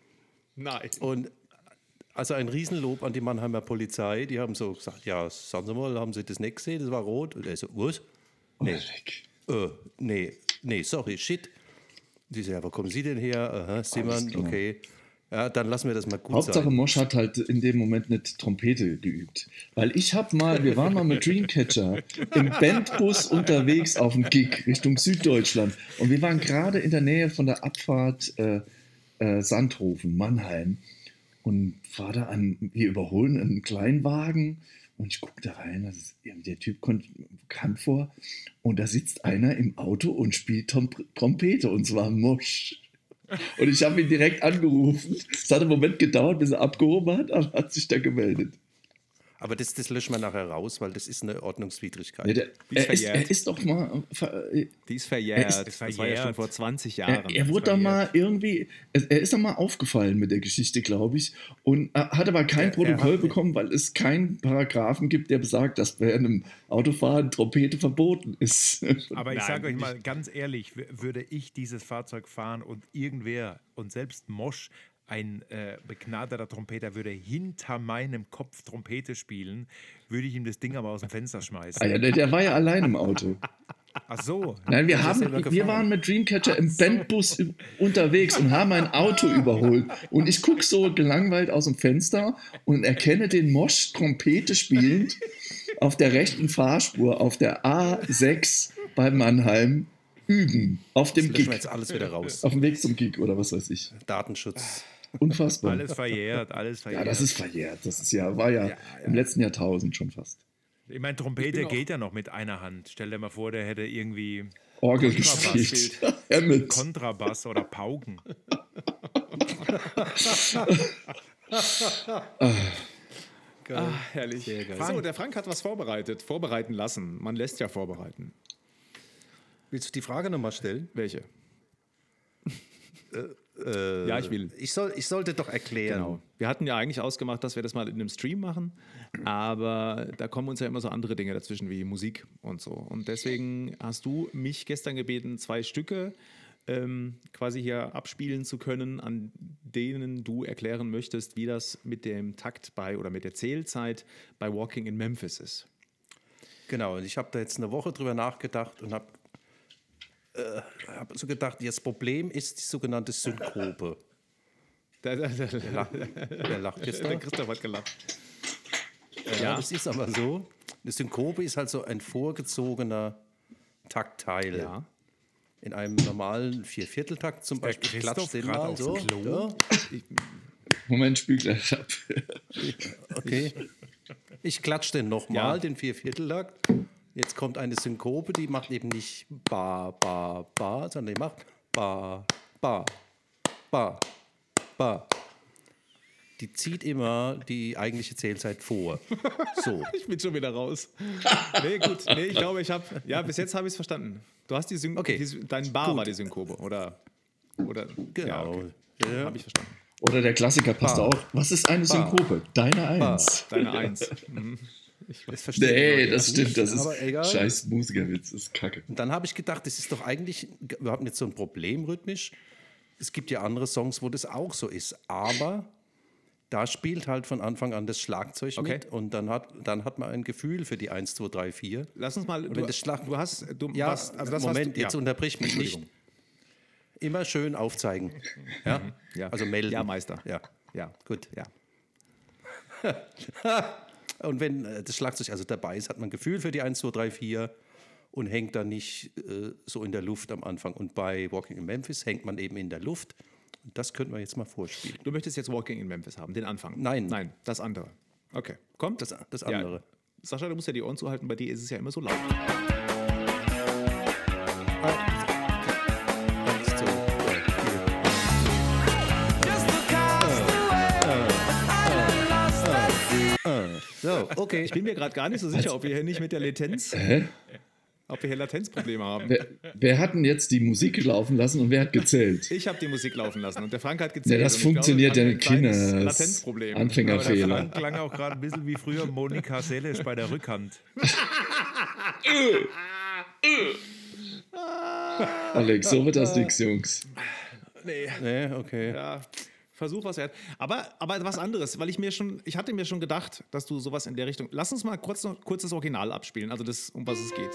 Nein. Und also ein Riesenlob an die Mannheimer Polizei. Die haben so gesagt, ja, sagen Sie mal, haben Sie das nicht gesehen? Das war rot. Und er so, was? Nee, Weg. äh, nee, nee, sorry, shit. Die so, ja, wo kommen Sie denn her? Aha, Simon, klar. okay. Ja, dann lassen wir das mal gut Hauptsache sein. Mosch hat halt in dem Moment nicht Trompete geübt. Weil ich hab mal, wir waren mal mit Dreamcatcher im Bandbus unterwegs auf dem Gig Richtung Süddeutschland. Und wir waren gerade in der Nähe von der Abfahrt äh, äh, Sandhofen, Mannheim. Und war da an, wir überholen einen Kleinwagen und ich gucke da rein, das ist, der Typ kommt bekannt vor und da sitzt einer im Auto und spielt Tom, Trompete und zwar Mosch. Und ich habe ihn direkt angerufen. Es hat einen Moment gedauert, bis er abgehoben hat, aber hat sich da gemeldet. Aber das, das löschen wir nachher raus, weil das ist eine Ordnungswidrigkeit. Ja, der, Die ist er, ist, verjährt. er ist doch mal. ver- äh, Die ist verjährt. Er ist das war ja verjährt. schon vor zwanzig Er, Jahren. er wurde da mal irgendwie, er er ist da mal aufgefallen mit der Geschichte, glaube ich, und äh, hat aber kein Er- er Protokoll hat- bekommen, weil es keinen Paragraphen gibt, der besagt, dass bei einem Autofahren Trompete verboten ist. Aber ich Nein, sage euch nicht- mal ganz ehrlich, w- würde ich dieses Fahrzeug fahren und irgendwer und selbst Mosch, ein äh, begnadeter Trompeter, würde hinter meinem Kopf Trompete spielen, würde ich ihm das Ding aber aus dem Fenster schmeißen. Ah ja, der, der war ja allein im Auto. Ach so. Nein, wir, ist haben, selber wir gefahren. waren mit Dreamcatcher im Bandbus ü- unterwegs und haben ein Auto überholt. Und ich gucke so gelangweilt aus dem Fenster und erkenne den Mosch Trompete spielend auf der rechten Fahrspur auf der A sechs bei Mannheim üben. Auf dem Das löschen wir Gig. jetzt alles wieder raus. Auf dem Weg zum Gig oder was weiß ich. Datenschutz. Unfassbar. Alles verjährt, alles verjährt. Ja, das ist verjährt. Das ist ja, war ja, im letzten Jahrtausend schon fast. Ich meine, Ich Trompete bin auch- geht ja noch mit einer Hand. Stell dir mal vor, der hätte irgendwie Orgel Kontrabass gespielt. Hammett. Kontrabass oder Pauken. Ah, herrlich. Sehr geil. So, der Frank hat was vorbereitet. Vorbereiten lassen. Man lässt ja vorbereiten. Willst du die Frage nochmal stellen? Welche? Äh, Ja, ich will. Ich, soll, ich sollte doch erklären. Genau. Wir hatten ja eigentlich ausgemacht, dass wir das mal in einem Stream machen, aber da kommen uns ja immer so andere Dinge dazwischen wie Musik und so. Und deswegen hast du mich gestern gebeten, zwei Stücke ähm, quasi hier abspielen zu können, an denen du erklären möchtest, wie das mit dem Takt bei oder mit der Zählzeit bei Walking in Memphis ist. Genau, und ich habe da jetzt eine Woche drüber nachgedacht und habe äh, hab so gedacht, das Problem ist die sogenannte Synkope. Der, der, der, Wer lacht, wer lacht jetzt da? der Christoph hat gelacht. Ja, das ist aber so. Eine Synkope ist halt so ein vorgezogener Taktteil. Ja. In einem normalen Viervierteltakt zum der Beispiel Christoph klatscht den grad mal aufs so. Klo? Ja, Moment, spül gleich ab. okay. Ich klatsche den nochmal, Ja. den Viervierteltakt. Jetzt kommt eine Synkope, die macht eben nicht ba, ba, ba, sondern die macht ba, ba, ba, ba. Die zieht immer die eigentliche Zählzeit vor. So. Ich bin schon wieder raus. Nee, gut. Nee, ich glaube, ich habe. Ja, bis jetzt habe ich es verstanden. Du hast die Synkope. Okay. Die, dein Bar Gut. war die Synkope, oder? Oder Genau. Ja, okay. Ja. Habe ich verstanden. Oder der Klassiker passt Ba. auch. Was ist eine Synkope? Deine Eins. Deine Eins. Mhm. Das verstehe Nee, ich das nicht, stimmt. Das ist aber egal. scheiß Musikerwitz. Das ist kacke. Und dann habe ich gedacht, das ist doch eigentlich überhaupt nicht so ein Problem rhythmisch. Es gibt ja andere Songs, wo das auch so ist. Aber da spielt halt von Anfang an das Schlagzeug Okay. mit. Und dann hat, dann hat man ein Gefühl für die eins, zwei, drei, vier. Lass uns mal. Und Du, wenn das Schlag du hast. Du, Ja, was, also das, Moment, was du, jetzt ja. unterbrich mich nicht. Entschuldigung. Immer schön aufzeigen. Ja, Ja. also melden. Ja, Meister. Ja. ja. Gut. Ja. Und wenn äh, das Schlagzeug also dabei ist, hat man ein Gefühl für die eins, zwei, drei, vier und hängt dann nicht äh, so in der Luft am Anfang. Und bei Walking in Memphis hängt man eben in der Luft. Und das könnten wir jetzt mal vorspielen. Du möchtest jetzt Walking in Memphis haben, den Anfang? Nein. Nein, das andere. Okay, kommt. Das, das andere. Ja. Sascha, du musst ja die Ohren zuhalten, bei dir ist es ja immer so laut. Eins, zwei, drei, vier. So, okay. Ich bin mir gerade gar nicht so sicher, ob wir hier nicht mit der Latenz, Hä? ob wir hier Latenzprobleme haben. Wer, wer hat denn jetzt die Musik laufen lassen und wer hat gezählt? Ich habe die Musik laufen lassen und der Frank hat gezählt. Ja, das und ich funktioniert glaube, ja wir haben mit ein kleines Kindern. Latenzproblem. Anfängerfehler. Frank klang auch gerade ein bisschen wie früher Monika Seles bei der Rückhand. Alex, so wird das nichts, Jungs. Nee. Nee, okay. Ja, Versuch was wert. Aber, aber was anderes, weil ich mir schon, ich hatte mir schon gedacht, dass du sowas in der Richtung. Lass uns mal kurz noch, kurz das Original abspielen, also das, um was es geht.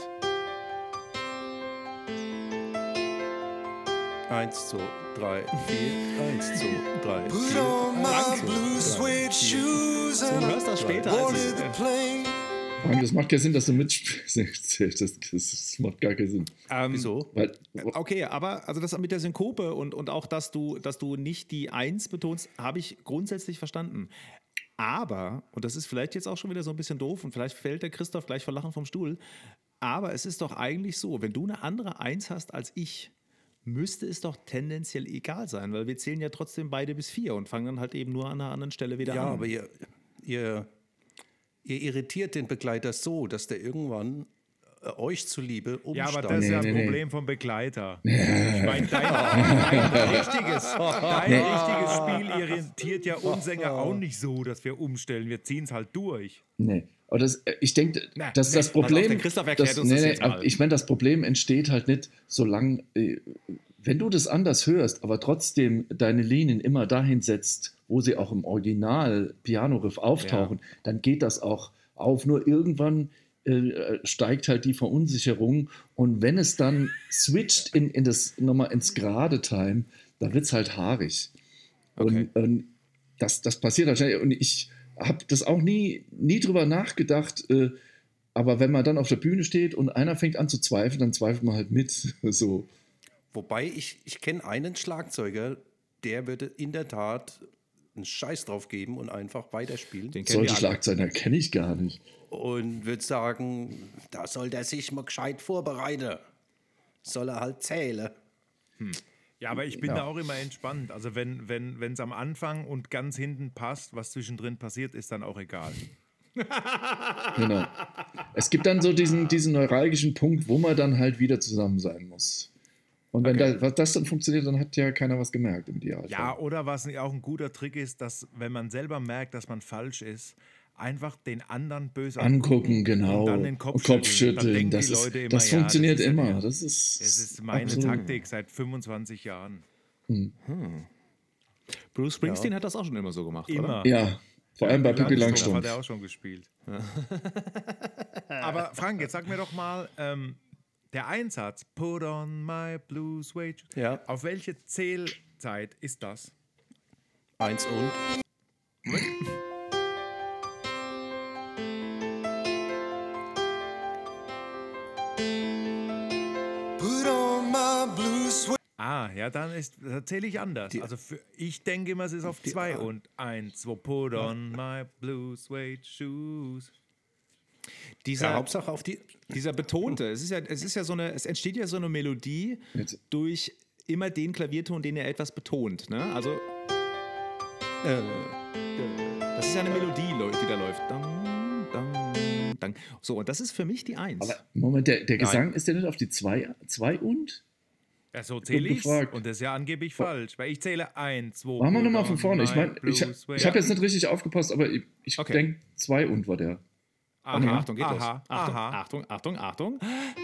Eins, zwei, drei, vier. Eins, zwei, drei, Put vier. on my Eins, zwei, blue drei, suede vier. shoes Du and hörst das später. Als boarded es, the äh, plane. Frank, das macht keinen Sinn, dass du mitspielst. Das, das, das macht gar keinen Sinn. ähm, Wieso? Weil, Okay, aber also das mit der Synkope und, und auch, dass du, dass du nicht die Eins betonst, habe ich grundsätzlich verstanden. Aber, und das ist vielleicht jetzt auch schon wieder so ein bisschen doof und vielleicht fällt der Christoph gleich vor Lachen vom Stuhl, aber es ist doch eigentlich so, wenn du eine andere Eins hast als ich, müsste es doch tendenziell egal sein, weil wir zählen ja trotzdem beide bis vier und fangen dann halt eben nur an einer anderen Stelle wieder Ja, an. aber ihr, ihr, ihr irritiert den Begleiter so, dass der irgendwann äh, euch zuliebe Ja, umsteigt. aber das ist ja Nee, ein nee, Problem vom Begleiter. Ich meine, dein, dein, richtiges, dein richtiges Spiel irritiert ja uns Sänger auch nicht so, dass wir umstellen. Wir ziehen es halt durch. nee. Aber das, ich denke, Na, dass nee, das pass auf, Problem. der Christoph erklärt das, uns das nee, jetzt nee, mal. Ich meine, das Problem entsteht halt nicht, solange, äh, wenn du das anders hörst, aber trotzdem deine Linien immer dahin setzt, wo sie auch im Original Piano-Riff auftauchen, ja. dann geht das auch auf. Nur irgendwann äh, steigt halt die Verunsicherung und wenn es dann switcht in, in das, nochmal ins gerade Time, da wird es halt haarig. Okay. Und ähm, das, das passiert halt schnell. Und ich habe das auch nie, nie drüber nachgedacht, äh, aber wenn man dann auf der Bühne steht und einer fängt an zu zweifeln, dann zweifelt man halt mit. So. Wobei ich, ich kenne einen Schlagzeuger, der würde in der Tat einen Scheiß drauf geben und einfach weiterspielen. Den kennen Solche wir alle. Schlagzeilen kenne ich gar nicht. Und würde sagen, da soll der sich mal gescheit vorbereiten. Soll er halt zählen. Ja, aber ich bin da auch immer entspannt. Also wenn wenn wenn, es am Anfang und ganz hinten passt, was zwischendrin passiert, ist dann auch egal. Genau. Es gibt dann so diesen, diesen neuralgischen Punkt, wo man dann halt wieder zusammen sein muss. Und wenn Okay. da, was das dann funktioniert, dann hat ja keiner was gemerkt im Idealfall. Ja, oder was auch ein guter Trick ist, dass wenn man selber merkt, dass man falsch ist, einfach den anderen böse Angucken, genau. und dann den Kopf, Und Kopf schütteln. Dann schütteln. denken Das, die ist, Leute immer, das ja, funktioniert das ist immer. Ja, das ist, das ist meine absolut. Taktik seit fünfundzwanzig Jahren. Bruce Springsteen hat das auch schon immer so gemacht, Immer. oder? Ja, vor allem bei Pippi Langstrumpf hat Langstrumpf. er auch schon gespielt. Aber Frank, jetzt sag mir doch mal, ähm, der Einsatz, put on my blue suede shoes, Ja. auf welche Zählzeit ist das? Eins und. Put on my blue suede. Ah, ja, dann ist, da zähle ich anders. also für, ich denke immer, es ist auf zwei und eins, zwei, put on my blue suede shoes. Dieser, Ja, Hauptsache auf die. dieser betonte, es ist ja, es ist ja so eine, es entsteht ja so eine Melodie Jetzt- durch immer den Klavierton, den er etwas betont. Ne? Also Äh, das ist ja eine Melodie, Leute, die da läuft. Dang, dang, dang. So, und das ist für mich die Eins. Aber Moment, der, der Gesang ist der nicht auf die zwei, zwei und? Ja, so zähle ich gefragt. und das ist ja angeblich falsch, weil ich zähle eins, zwei, Machen wir put nochmal on von vorne. Ich my meine, ich, blue ich suede- habe jetzt nicht richtig aufgepasst, aber ich, ich Okay. denke, zwei und war der. Okay, Aha, Achtung, geht aha, los. Achtung, aha. Achtung, Achtung, Achtung.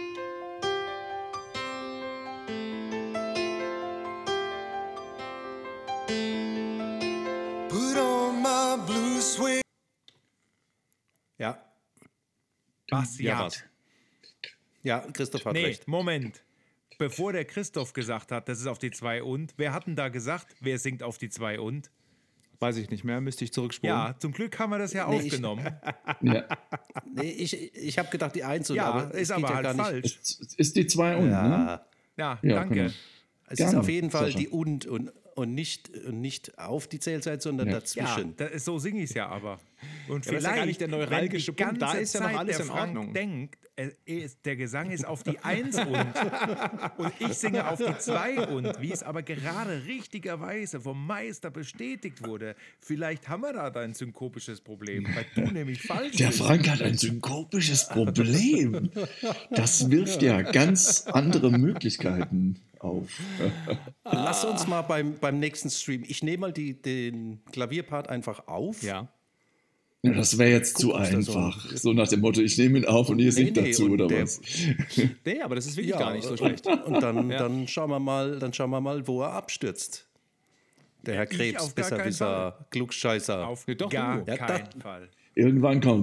Put on my blue suede. ja. Was? Ja, Ja. was? Ja, Christoph hat Nee, recht. Moment. Bevor der Christoph gesagt hat, das ist auf die zwei und, wer hat denn da gesagt, wer singt auf die zwei und? Weiß ich nicht mehr, müsste ich zurückspulen. Ja, zum Glück haben wir das ja Nee, ich- aufgenommen. Ja. Nee, ich, ich habe gedacht, die Eins und Ja, aber es ist geht aber ja halt gar nicht. falsch. Es ist die zwei und, ne? Ja, Ja, Ja, danke. genau. es Gerne, ist auf jeden Fall Sascha. die und und, und, nicht, und nicht auf die Zählzeit, sondern Ja. Ja, dazwischen. da, so singe ich es ja aber. Und Ja, aber das ist ja gar nicht der neuralgische wenn die Punkt, da ganze ist ja noch Zeit alles der in Frank Ordnung. denkt, er ist, der Gesang ist auf die Eins und und ich singe auf die Zwei und, wie es aber gerade richtigerweise vom Meister bestätigt wurde, vielleicht haben wir da ein synkopisches Problem, weil du nämlich falsch Der bist. Frank hat ein synkopisches Problem. Das wirft ja ganz andere Möglichkeiten auf. Lass uns mal beim, beim nächsten Stream. Ich nehme mal die, den Klavierpart einfach auf. Ja. Ja, das wäre jetzt zu ob's da so- einfach. So nach dem Motto, ich nehme ihn auf und ihr singt nee, dazu, und oder der- was? Nee, aber das ist wirklich Ja, gar nicht so schlecht. Und dann, Ja. dann, schauen wir mal, dann schauen wir mal, wo er abstürzt. Der Herr ich Krebs, auf gar keinen Besserwisser, Klugscheißer. Auf Ja, doch, gar du. Ja, keinen das- Fall. Irgendwann kommt.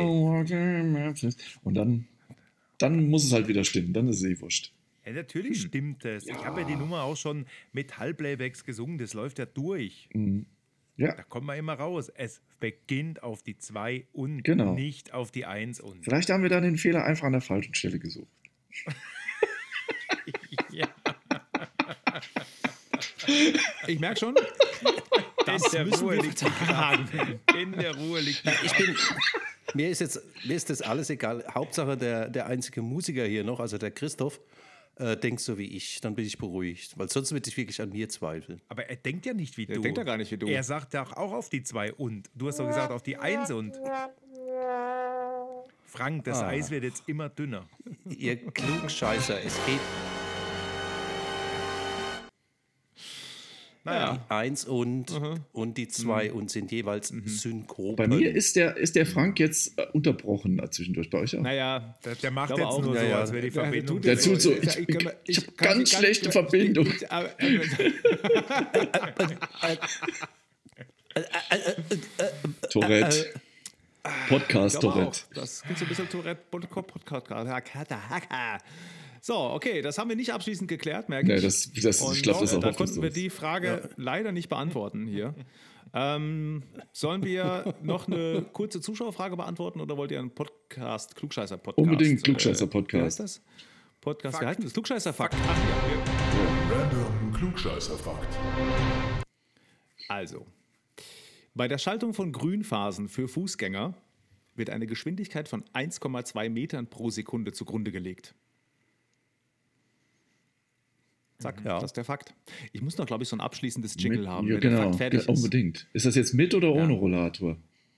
Und dann, dann muss es halt wieder stimmen. Dann ist es eh wurscht. Ja, natürlich stimmt es. Ich habe ja die Nummer auch schon mit Halbplaybacks gesungen. Das läuft ja durch. Ja, Da kommt man immer raus. Es beginnt auf die zwei und Genau. nicht auf die eins und. vielleicht haben wir da den Fehler einfach an der falschen Stelle gesucht. Ja. Ich merke schon, das In der müssen Ruhe wir liegt die vertagen. In der Ruhe liegt die Ich bin, mir ist jetzt mir ist das alles egal. Hauptsache der, der einzige Musiker hier noch, also der Christoph, äh, denkt so wie ich. Dann bin ich beruhigt, weil sonst würde ich wirklich an mir zweifeln. Aber er denkt ja nicht wie Der du. denkt ja gar nicht wie du. Er sagt doch auch auf die zwei und. Du hast doch gesagt auf die eins und. Frank, das Ah. Eis wird jetzt immer dünner. Ihr Klugscheißer, es geht Naja. die eins und und die zwei und sind jeweils Synkopen. Bei mir ist der, ist der Frank jetzt äh, unterbrochen äh, zwischendurch. Bei euch auch? Naja, Der, der macht glaube jetzt auch. nur Ja, so, ja. als wäre die Der Verbindung. tut Der jetzt tut so, Ich- ich, ich- ich, ich- ich habe kann- ganz kann- schlechte ich- Verbindung. ich- äh, äh, Tourette. Podcast Ich glaube auch. Tourette. Das gibt so ein bisschen Tourette Podcast. So, okay, das haben wir nicht abschließend geklärt, merke Nee, ich. das- das- ich Und, glaub, das ist äh, auch Da hoffnungslos. konnten wir die Frage leider nicht beantworten hier. Ähm, sollen wir noch eine kurze Zuschauerfrage beantworten oder wollt ihr einen Podcast, Klugscheißer-Podcast? Unbedingt Äh, Klugscheißer-Podcast. Wie heißt das? Podcast, wie heißt das? Klugscheißer-Fakt. Ach, ja, wir- Random Klugscheißer-Fakt. Also, bei der Schaltung von Grünphasen für Fußgänger wird eine Geschwindigkeit von eins Komma zwei Metern pro Sekunde zugrunde gelegt. Zack, Ja. das ist der Fakt. Ich muss noch, glaube ich, so ein abschließendes Jingle Mit- haben, ja, wenn der genau, Fakt fertig ja, ist. unbedingt. Ist das jetzt mit oder ohne Rollator?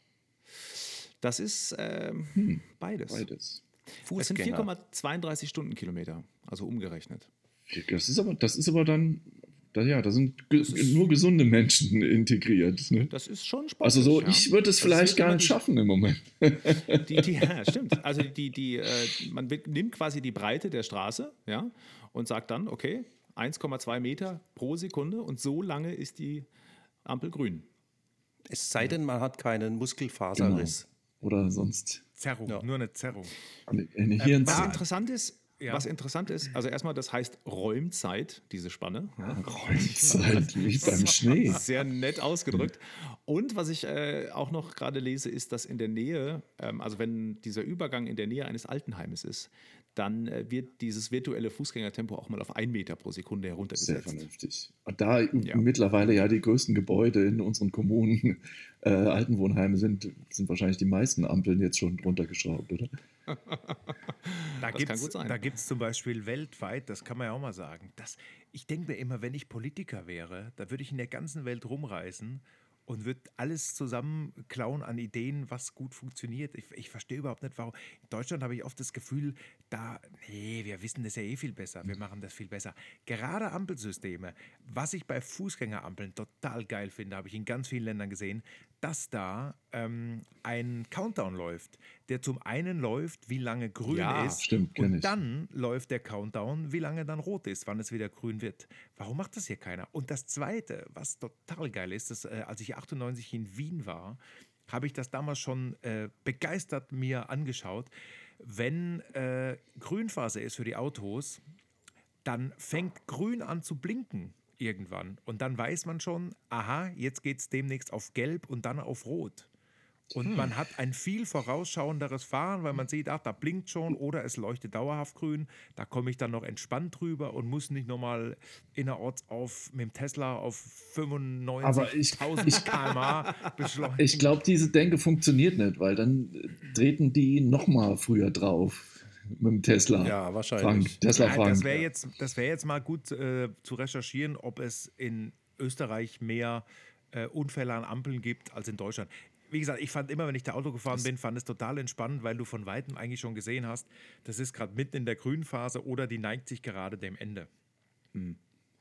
Das ist ähm, beides. Beides. Es sind vier Fußgänger. Komma zweiunddreißig Stundenkilometer, also umgerechnet. Das ist aber, das ist aber dann, da, ja, da sind ge nur gesunde Menschen integriert. Ne? Das ist schon sportlich. Also so, ja. ich würde es Das vielleicht ist gar immer nicht die- schaffen im Moment. Die, die, ja, stimmt. Also die, die, äh, man be- nimmt quasi die Breite der Straße, ja, und sagt dann, okay, eins Komma zwei Meter pro Sekunde und so lange ist die Ampel grün. Es sei denn, man hat keinen Muskelfaserriss. Oder sonst Zerrung, Ja. nur eine Zerrung. eine, eine Was Hirnzeit. interessant ist, Ja. was interessant ist, also erstmal, das heißt Räumzeit, diese Spanne. Ja. Räumzeit, wie beim Schnee. Sehr nett ausgedrückt. Und was ich äh, auch noch gerade lese, ist, dass in der Nähe, ähm, also wenn dieser Übergang in der Nähe eines Altenheimes ist, dann äh, wird dieses virtuelle Fußgängertempo auch mal auf einen Meter pro Sekunde Sehr heruntergesetzt. vernünftig. Und da mittlerweile ja die größten Gebäude in unseren Kommunen äh, Altenwohnheime sind, sind wahrscheinlich die meisten Ampeln jetzt schon runtergeschraubt, oder? Da Das gibt kann es gut sein. da gibt's zum Beispiel weltweit, das kann man ja auch mal sagen, dass, ich denke mir immer, wenn ich Politiker wäre, da würde ich in der ganzen Welt rumreisen und würde alles zusammenklauen an Ideen, was gut funktioniert. Ich, ich verstehe überhaupt nicht, warum. In Deutschland habe ich oft das Gefühl, da, nee, wir wissen das ja eh viel besser, wir machen das viel besser. Gerade Ampelsysteme, was ich bei Fußgängerampeln total geil finde, habe ich in ganz vielen Ländern gesehen, dass da ähm, ein Countdown läuft, der zum einen läuft, wie lange grün Ja, ist, stimmt, kenn und ich. dann läuft der Countdown, wie lange dann rot ist, wann es wieder grün wird. Warum macht das hier keiner? Und das Zweite, was total geil ist, dass, äh, als ich achtundneunzig in Wien war, habe ich das damals schon äh, begeistert mir angeschaut. Wenn äh, Grünphase ist für die Autos, dann fängt grün an zu blinken irgendwann. Und dann weiß man schon, aha, jetzt geht es demnächst auf Gelb und dann auf Rot. Und hm. man hat ein viel vorausschauenderes Fahren, weil man sieht, ach, da blinkt schon oder es leuchtet dauerhaft grün. Da komme ich dann noch entspannt drüber und muss nicht nochmal innerorts auf, mit dem Tesla auf fünfundneunzigtausend Kilometer pro Stunde beschleunigen. Ich glaube, diese Denke funktioniert nicht, weil dann treten die nochmal früher drauf mit dem Tesla. Ja, wahrscheinlich. Frank, Tesla Nein, Frank. das wäre jetzt, das wär jetzt mal gut äh, zu recherchieren, ob es in Österreich mehr äh, Unfälle an Ampeln gibt als in Deutschland. Wie gesagt, ich fand immer, wenn ich da Auto gefahren bin, fand es total entspannend, weil du von Weitem eigentlich schon gesehen hast, das ist gerade mitten in der Grünphase oder die neigt sich gerade dem Ende. Hm.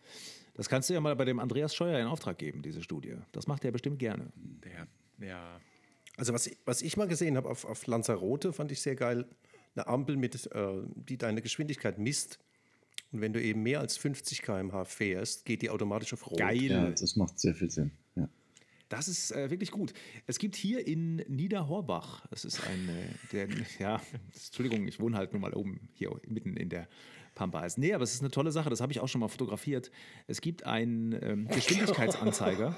Das kannst du ja mal bei dem Andreas Scheuer in Auftrag geben, diese Studie. Das macht er bestimmt gerne. Der, ja. Also was, was ich mal gesehen habe auf, auf Lanzarote, fand ich sehr geil. Eine Ampel, mit, äh, die deine Geschwindigkeit misst. Und wenn du eben mehr als fünfzig Kilometer pro Stunde fährst, geht die automatisch auf Rot. Geil. Ja, das macht sehr viel Sinn. Ja. Das ist äh, wirklich gut. Es gibt hier in Niederhorbach, das ist ein, äh, der, ja, Entschuldigung, ich wohne halt nur mal oben hier mitten in der Pampa. Nee, aber es ist eine tolle Sache, das habe ich auch schon mal fotografiert. Es gibt einen ähm, Geschwindigkeitsanzeiger.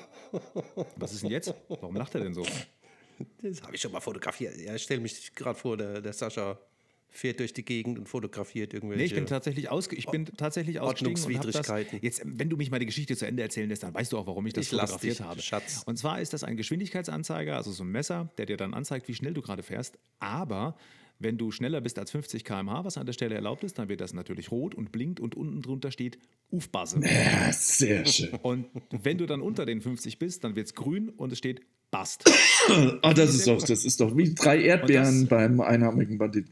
Was ist denn jetzt? Warum lacht er denn so? Das habe ich schon mal fotografiert. Ja, ich stelle mich gerade vor, der, der Sascha fährt durch die Gegend und fotografiert irgendwelche Nee, ich bin tatsächlich, ausge ich bin tatsächlich ausgestiegen und hab das, Ordnungswidrigkeiten. jetzt, wenn du mich mal die Geschichte zu Ende erzählen lässt, dann weißt du auch, warum ich das Ich lass fotografiert dich, habe. Schatz. Und zwar ist das ein Geschwindigkeitsanzeiger, also so ein Messer, der dir dann anzeigt, wie schnell du gerade fährst. Aber wenn du schneller bist als fünfzig Kilometer pro Stunde, was an der Stelle erlaubt ist, dann wird das natürlich rot und blinkt und unten drunter steht Ufbasse. Ja, sehr schön. Und wenn du dann unter den fünfzig bist, dann wird es grün und es steht Bast. Ah, das ist doch, das ist doch wie drei Erdbeeren das, beim einarmigen Bandit.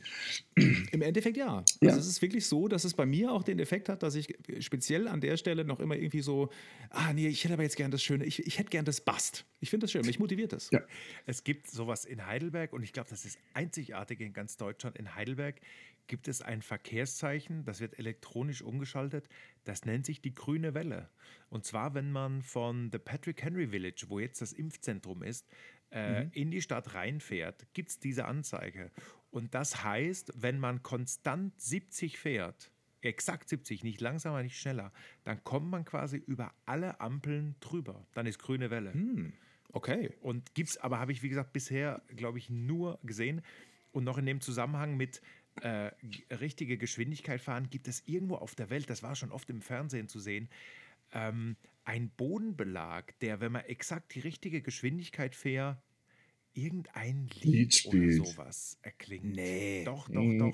Im Endeffekt ja. Ja. Also es ist wirklich so, dass es bei mir auch den Effekt hat, dass ich speziell an der Stelle noch immer irgendwie so, ah nee, ich hätte aber jetzt gern das Schöne, ich, ich hätte gern das Bast. Ich finde das schön, mich motiviert das. Ja. Es gibt sowas in Heidelberg und ich glaube, das ist einzigartig in ganz Deutschland. In Heidelberg gibt es ein Verkehrszeichen, das wird elektronisch umgeschaltet, das nennt sich die grüne Welle. Und zwar, wenn man von The Patrick Henry Village, wo jetzt das Impfzentrum ist, äh, mhm. in die Stadt reinfährt, gibt es diese Anzeige. Und das heißt, wenn man konstant siebzig fährt, exakt siebzig, nicht langsamer, nicht schneller, dann kommt man quasi über alle Ampeln drüber. Dann ist grüne Welle. Hm. Okay. Und gibt's, aber habe ich, wie gesagt, bisher, glaube ich, nur gesehen. Und noch in dem Zusammenhang mit äh, richtige Geschwindigkeit fahren, gibt es irgendwo auf der Welt, das war schon oft im Fernsehen zu sehen, ähm, ein Bodenbelag, der, wenn man exakt die richtige Geschwindigkeit fährt, irgendein Lied, Lied spielt. oder sowas erklingt. Nee. Doch, doch, doch.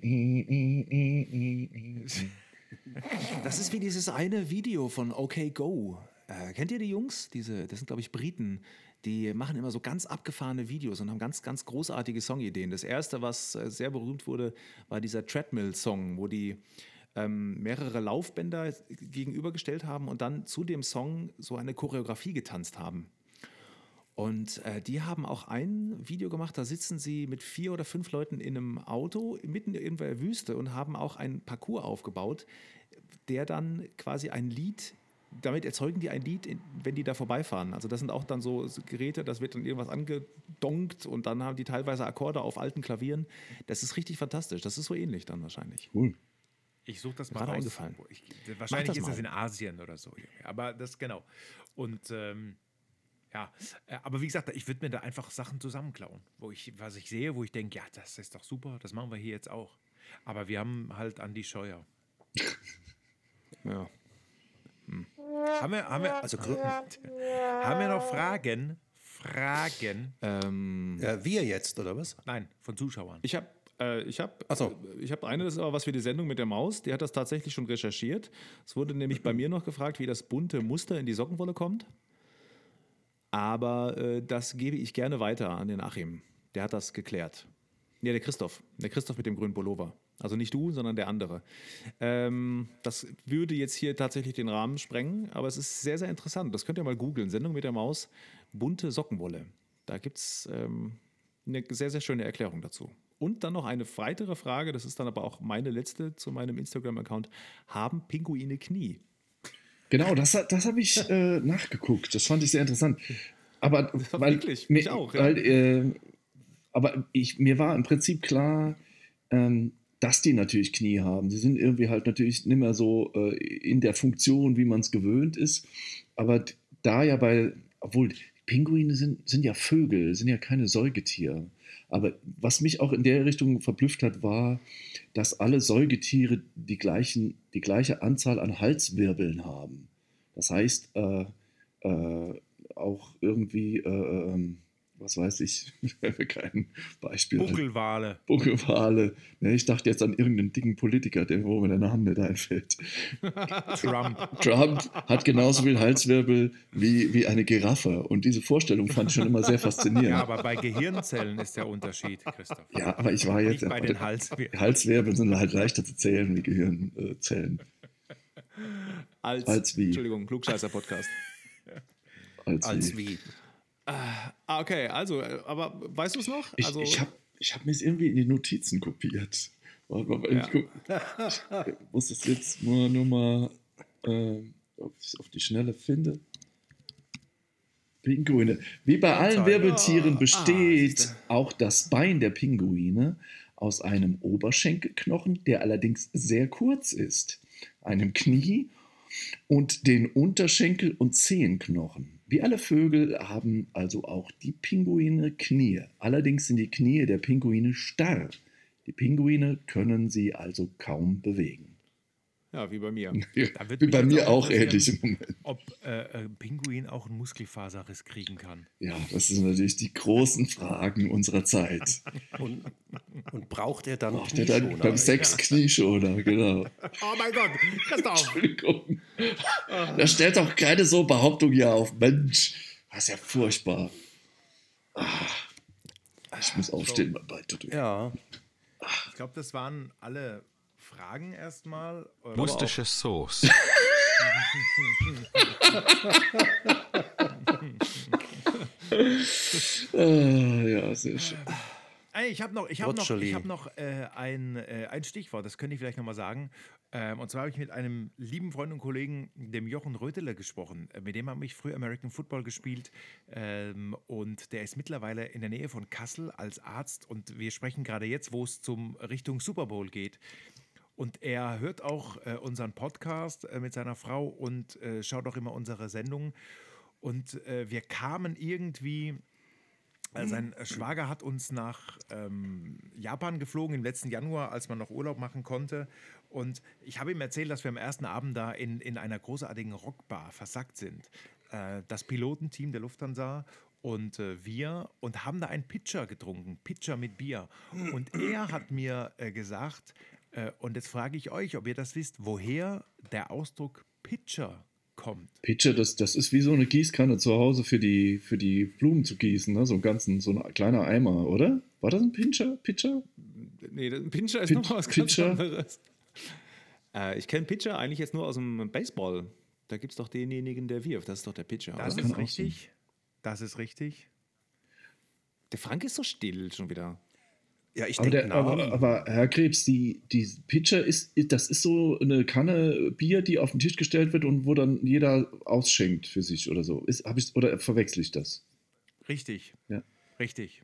Das ist wie dieses eine Video von OK Go. Äh, kennt ihr die Jungs? Diese, das sind, glaube ich, Briten. Die machen immer so ganz abgefahrene Videos und haben ganz, ganz großartige Songideen. Das erste, was äh, sehr berühmt wurde, war dieser Treadmill-Song, wo die ähm, mehrere Laufbänder gegenübergestellt haben und dann zu dem Song so eine Choreografie getanzt haben. Und äh, die haben auch ein Video gemacht, da sitzen sie mit vier oder fünf Leuten in einem Auto mitten in der Wüste und haben auch einen Parcours aufgebaut, der dann quasi ein Lied, damit erzeugen die ein Lied, wenn die da vorbeifahren. Also das sind auch dann so Geräte, das wird dann irgendwas angedonkt und dann haben die teilweise Akkorde auf alten Klavieren. Das ist richtig fantastisch. Das ist so ähnlich dann wahrscheinlich. Cool. Ich suche das mal Gerade raus. eingefallen. Ich, wahrscheinlich das ist mal. das in Asien oder so. Aber das genau. Und ähm, ja, aber wie gesagt, ich würde mir da einfach Sachen zusammenklauen, wo ich, was ich sehe, wo ich denke, ja, das ist doch super, das machen wir hier jetzt auch. Aber wir haben halt Andi Scheuer. Ja. Hm. Haben wir, haben wir, also haben wir noch Fragen? Fragen? Ähm, Ja, wir jetzt, oder was? Nein, von Zuschauern. ich habe äh, ich hab, Ach so. ich hab eine, das ist aber was für die Sendung mit der Maus, die hat das tatsächlich schon recherchiert. Es wurde nämlich bei mir noch gefragt, wie das bunte Muster in die Sockenwolle kommt. Aber äh, das gebe ich gerne weiter an den Achim. Der hat das geklärt. Ja, der Christoph. Der Christoph mit dem grünen Pullover. Also nicht du, sondern der andere. Ähm, das würde jetzt hier tatsächlich den Rahmen sprengen, aber es ist sehr, sehr interessant. Das könnt ihr mal googeln. Sendung mit der Maus, bunte Sockenwolle. Da gibt es ähm, eine sehr, sehr schöne Erklärung dazu. Und dann noch eine weitere Frage, das ist dann aber auch meine letzte zu meinem Instagram-Account. Haben Pinguine Knie? Genau, das, das habe ich äh, nachgeguckt. Das fand ich sehr interessant. Aber weil, wirklich, mir, ich auch, ja. weil, äh, aber ich, mir war im Prinzip klar, ähm, dass die natürlich Knie haben. Sie sind irgendwie halt natürlich nicht mehr so äh, in der Funktion, wie man es gewöhnt ist. Aber d- da ja bei, obwohl Pinguine sind, sind ja Vögel, sind ja keine Säugetiere. Aber was mich auch in der Richtung verblüfft hat, war, dass alle Säugetiere die, gleichen, die gleiche Anzahl an Halswirbeln haben. Das heißt, äh, äh, auch irgendwie, äh, ähm, was weiß ich, ich habe kein Beispiel. Buckelwale. Buckelwale. Ne, ich dachte jetzt an irgendeinen dicken Politiker, der, wo mir der Name nicht einfällt. Trump. Trump hat genauso viel Halswirbel wie, wie eine Giraffe. Und diese Vorstellung fand ich schon immer sehr faszinierend. Ja, aber bei Gehirnzellen ist der Unterschied, Christoph. Ja, aber ich war jetzt. Nicht bei den Halswirbeln. Halswirbel sind halt leichter zu zählen wie Gehirnzellen. Als, Als wie. Entschuldigung, Klugscheißer-Podcast. Als, Als wie. wie. Ah, okay, also, äh, aber weißt du es noch? Ich, Also, ich habe ich hab mir es irgendwie in die Notizen kopiert. Warte mal, ich, Ja. guck, ich muss das jetzt nur, nur mal, äh, ob ich es auf die Schnelle finde. Pinguine. Wie bei allen toll. Wirbeltieren Ah, besteht siehste. auch das Bein der Pinguine aus einem Oberschenkelknochen, der allerdings sehr kurz ist, einem Knie und den Unterschenkel- und Zehenknochen. Wie alle Vögel haben also auch die Pinguine Knie. Allerdings sind die Knie der Pinguine starr. Die Pinguine können sie also kaum bewegen. ja, wie bei mir. Da wird Wie mich bei jetzt mir auch auch ähnlich interessieren, im Moment. Ob äh, ein Pinguin auch einen Muskelfaserriss kriegen kann. Ja, das sind natürlich die großen Fragen unserer Zeit. Und, und braucht er dann Braucht er dann Knieschoner? beim Sex Knieschoner, genau. Oh mein Gott, Christoph! Entschuldigung. Da stellt doch keine so Behauptung hier auf. Mensch, das ist ja furchtbar. Ah, ich muss aufstehen, mein Bein tut weh. Ja, Ich glaube, das waren alle Fragen erstmal. Oder- Worcestershire Sauce. Ah, ja, sehr schön. Ey, ich habe noch, ich hab noch, Boccioli. ich hab noch äh, ein, äh, ein Stichwort, das könnte ich vielleicht nochmal sagen. Ähm, und zwar habe ich mit einem lieben Freund und Kollegen, dem Jochen Röteler, gesprochen. Äh, mit dem habe ich früher American Football gespielt. Ähm, und der ist mittlerweile in der Nähe von Kassel als Arzt. Und wir sprechen gerade jetzt, wo es zum Richtung Super Bowl geht. Und er hört auch äh, unseren Podcast äh, mit seiner Frau und äh, schaut auch immer unsere Sendungen. Und äh, wir kamen irgendwie, äh, sein Schwager hat uns nach ähm, Japan geflogen im letzten Januar, als man noch Urlaub machen konnte. Und ich habe ihm erzählt, dass wir am ersten Abend da in, in einer großartigen Rockbar versackt sind. Äh, das Pilotenteam der Lufthansa und äh, wir und haben da einen Pitcher getrunken, Pitcher mit Bier. Und er hat mir äh, gesagt, äh, und jetzt frage ich euch, ob ihr das wisst, woher der Ausdruck Pitcher kommt. Pitcher, das, das ist wie so eine Gießkanne zu Hause für die, für die Blumen zu gießen, ne? So ein ganzen, so ein kleiner Eimer, oder? War das ein Pincher? Pitcher? Nee, das- ein Pitcher ist Pit- noch was ganz Pitcher? anderes. Äh, ich kenne Pitcher eigentlich jetzt nur aus dem Baseball. Da gibt es doch denjenigen, der wirft. Das ist doch der Pitcher. Das oder? ist auch richtig. Das ist richtig. Der Frank ist so still schon wieder. ja, ich Aber, denke der, nach. aber, aber Herr Krebs, die, die Pitcher ist, das ist so eine Kanne Bier, die auf den Tisch gestellt wird und wo dann jeder ausschenkt für sich oder so. Ist, hab ich, oder verwechsel ich das? Richtig. Ja. Richtig.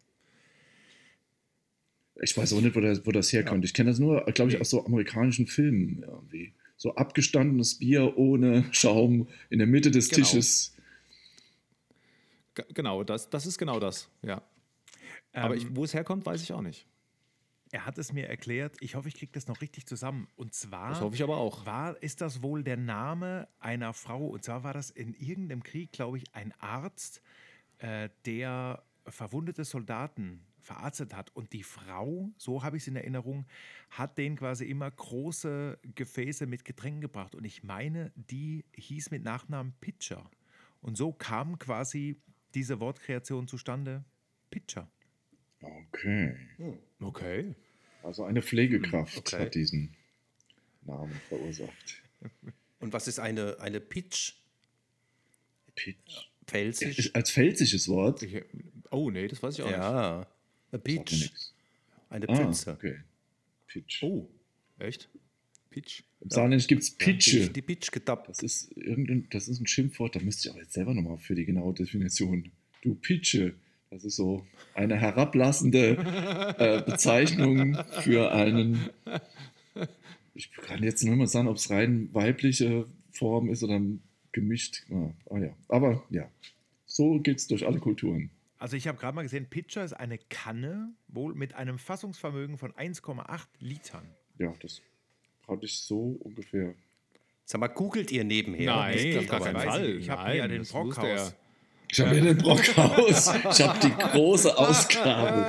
Ich weiß auch nicht, wo das, wo das herkommt. Ich kenne das nur, glaube ich, aus so amerikanischen Filmen irgendwie. So abgestandenes Bier ohne Schaum in der Mitte des Genau. Tisches. G genau, das, das ist genau das. Ja. Aber ich, wo es herkommt, weiß ich auch nicht. Er hat es mir erklärt. Ich hoffe, ich kriege das noch richtig zusammen. Und zwar Das hoffe ich aber auch. war, ist das wohl der Name einer Frau. Und zwar war das in irgendeinem Krieg, glaube ich, ein Arzt, äh, der verwundete Soldaten verarztet hat. Und die Frau, so habe ich es in Erinnerung, hat denen quasi immer große Gefäße mit Getränken gebracht. Und ich meine, die hieß mit Nachnamen Pitcher. Und so kam quasi diese Wortkreation zustande. Pitcher. Okay. Okay. Also eine Pflegekraft Okay. hat diesen Namen verursacht. Und was ist eine, eine Pitch? Pitch. Pfälzisch? Ist als pfälzisches Wort. Ich, oh, nee, das weiß ich auch nicht. Ja, eine Sagt mir Pitch. nix. Eine Ah, Pfütze. okay. Pitch. Oh, echt? Pitch? Im Saarländisch gibt es Pitsche. Die Pitch getappt. Das ist, irgendein, das ist ein Schimpfwort, da müsste ich aber jetzt selber nochmal für die genaue Definition. Du Pitsche. Das ist so eine herablassende äh, Bezeichnung für einen, ich kann jetzt nur mal sagen, ob es rein weibliche Form ist oder gemischt. Ah, ah ja, aber ja, so geht es durch alle Kulturen. Also ich habe gerade mal gesehen, Pitcher ist eine Kanne, wohl mit einem Fassungsvermögen von eins Komma acht Litern. Ja, das hatte ich so ungefähr. Sag mal, googelt ihr nebenher? Nein, Nee, auf gar das keinen weiß Fall. ich. Ich habe Nein, ja den das wusste er. Brockhaus. Ich habe ja den Brockhaus. Ich habe die große Ausgabe.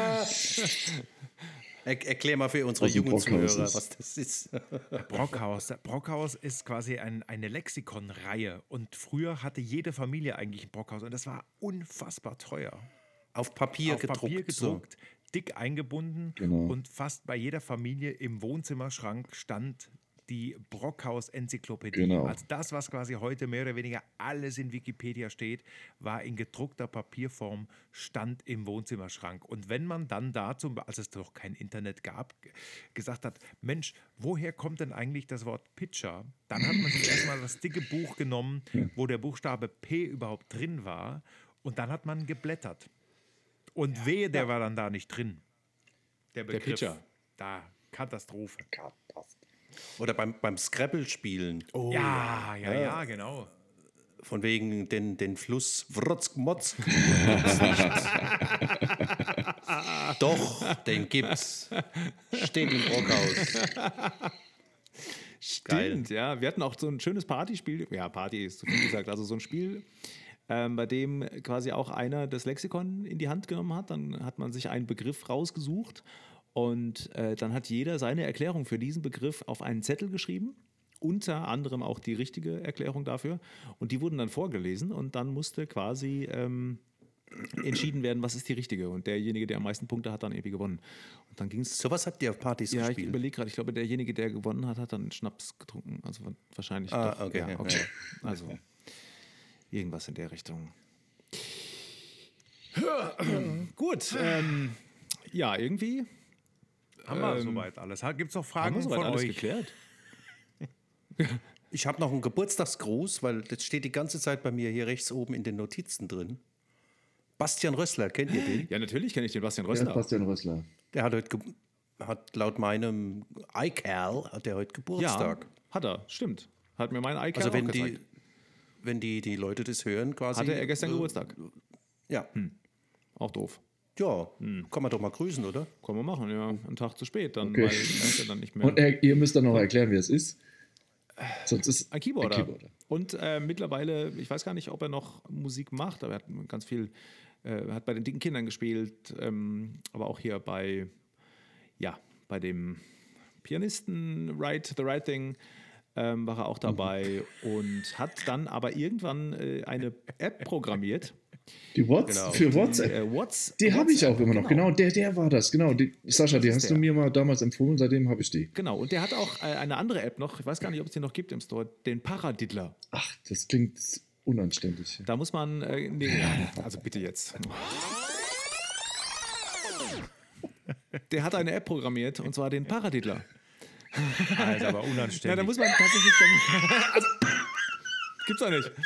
Er, erklär mal für unsere Was ein jungen Brockhaus Zuhörer, ist. was das ist. Brockhaus. Brockhaus ist quasi ein, eine Lexikonreihe. Und früher hatte jede Familie eigentlich ein Brockhaus. Und das war unfassbar teuer. Auf Papier Auf gedruckt. Papier gedruckt, dick eingebunden. Genau. Und fast bei jeder Familie im Wohnzimmerschrank stand die Brockhaus-Enzyklopädie. Genau. Also das, was quasi heute mehr oder weniger alles in Wikipedia steht, war in gedruckter Papierform, stand im Wohnzimmerschrank. Und wenn man dann dazu, als es doch kein Internet gab, g- gesagt hat, Mensch, woher kommt denn eigentlich das Wort Pitcher? Dann hat man sich erstmal das dicke Buch genommen, wo der Buchstabe P überhaupt drin war. Und dann hat man geblättert. Und wehe, der war dann da nicht drin. Der Begriff. Pitcher. Da, Katastrophe. Oder beim, beim Scrabble-Spielen. Oh, ja, ja, ja, ja, genau. Von wegen den, den Fluss Wrotzk Motzk. Doch, den gibt's. Steht im Brockhaus. Stimmt, ja. Wir hatten auch so ein schönes Partyspiel. Ja, Party ist zu viel gesagt. Also so ein Spiel, ähm, bei dem quasi auch einer das Lexikon in die Hand genommen hat. Dann hat man sich einen Begriff rausgesucht und äh, dann hat jeder seine Erklärung für diesen Begriff auf einen Zettel geschrieben. Unter anderem auch die richtige Erklärung dafür. Und die wurden dann vorgelesen und dann musste quasi ähm, entschieden werden, was ist die richtige. Und derjenige, der am meisten Punkte hat, dann irgendwie gewonnen. Und dann ging es. Sowas habt ihr auf Partys Ja, ich gespielt? überlege gerade, ich glaube, derjenige, der gewonnen hat, hat dann Schnaps getrunken. Also wahrscheinlich. Ah, doch. okay, Ja, ja, okay. ja. Also irgendwas in der Richtung. Gut. Ähm, ja, irgendwie Haben wir Ähm, soweit alles. Gibt es noch haben Fragen wir soweit von alles euch? geklärt. Ich habe noch einen Geburtstagsgruß, weil das steht die ganze Zeit bei mir hier rechts oben in den Notizen drin. Bastian Rössler, kennt ihr den? Ja, natürlich kenne ich den Bastian Ja, Rössler. Bastian Rössler. Der hat heute, ge- hat laut meinem iCal, hat der heute Ja, Geburtstag. hat er, stimmt. Hat mir mein iCal Also auch wenn die, gezeigt. wenn die, die Leute das hören quasi. Hatte er gestern äh, Geburtstag. Ja, Auch doof. ja, Hm. kann man doch mal grüßen, oder? Können wir machen, ja. Einen Tag zu spät, dann, Okay. weil er ist ja dann nicht mehr. Und er, ihr müsst dann noch erklären, wie es ist. Sonst ist Ein Keyboarder. Ein Keyboarder. Und äh, mittlerweile, ich weiß gar nicht, ob er noch Musik macht, aber er hat ganz viel, äh, hat bei den dicken Kindern gespielt, ähm, aber auch hier bei, ja, bei dem Pianisten Right, The Right Thing ähm, war er auch dabei und hat dann aber irgendwann äh, eine App programmiert. Die Whats Genau. für Die, WhatsApp. äh, Whats, Die habe ich WhatsApp, auch immer noch. Genau, der, der war das. Genau, die, Sascha, die ist hast du der. mir mal damals empfohlen, seitdem habe ich die. Genau, und der hat auch äh, eine andere App noch, ich weiß gar nicht, ob es die noch gibt im Store, den Paradiddler. Ach, das klingt unanständig. Da muss man, äh, nee, also bitte jetzt. Der hat eine App programmiert und zwar den Paradiddler. Also aber Ja, da unanständig. muss man tatsächlich. Also, gibt's doch nicht.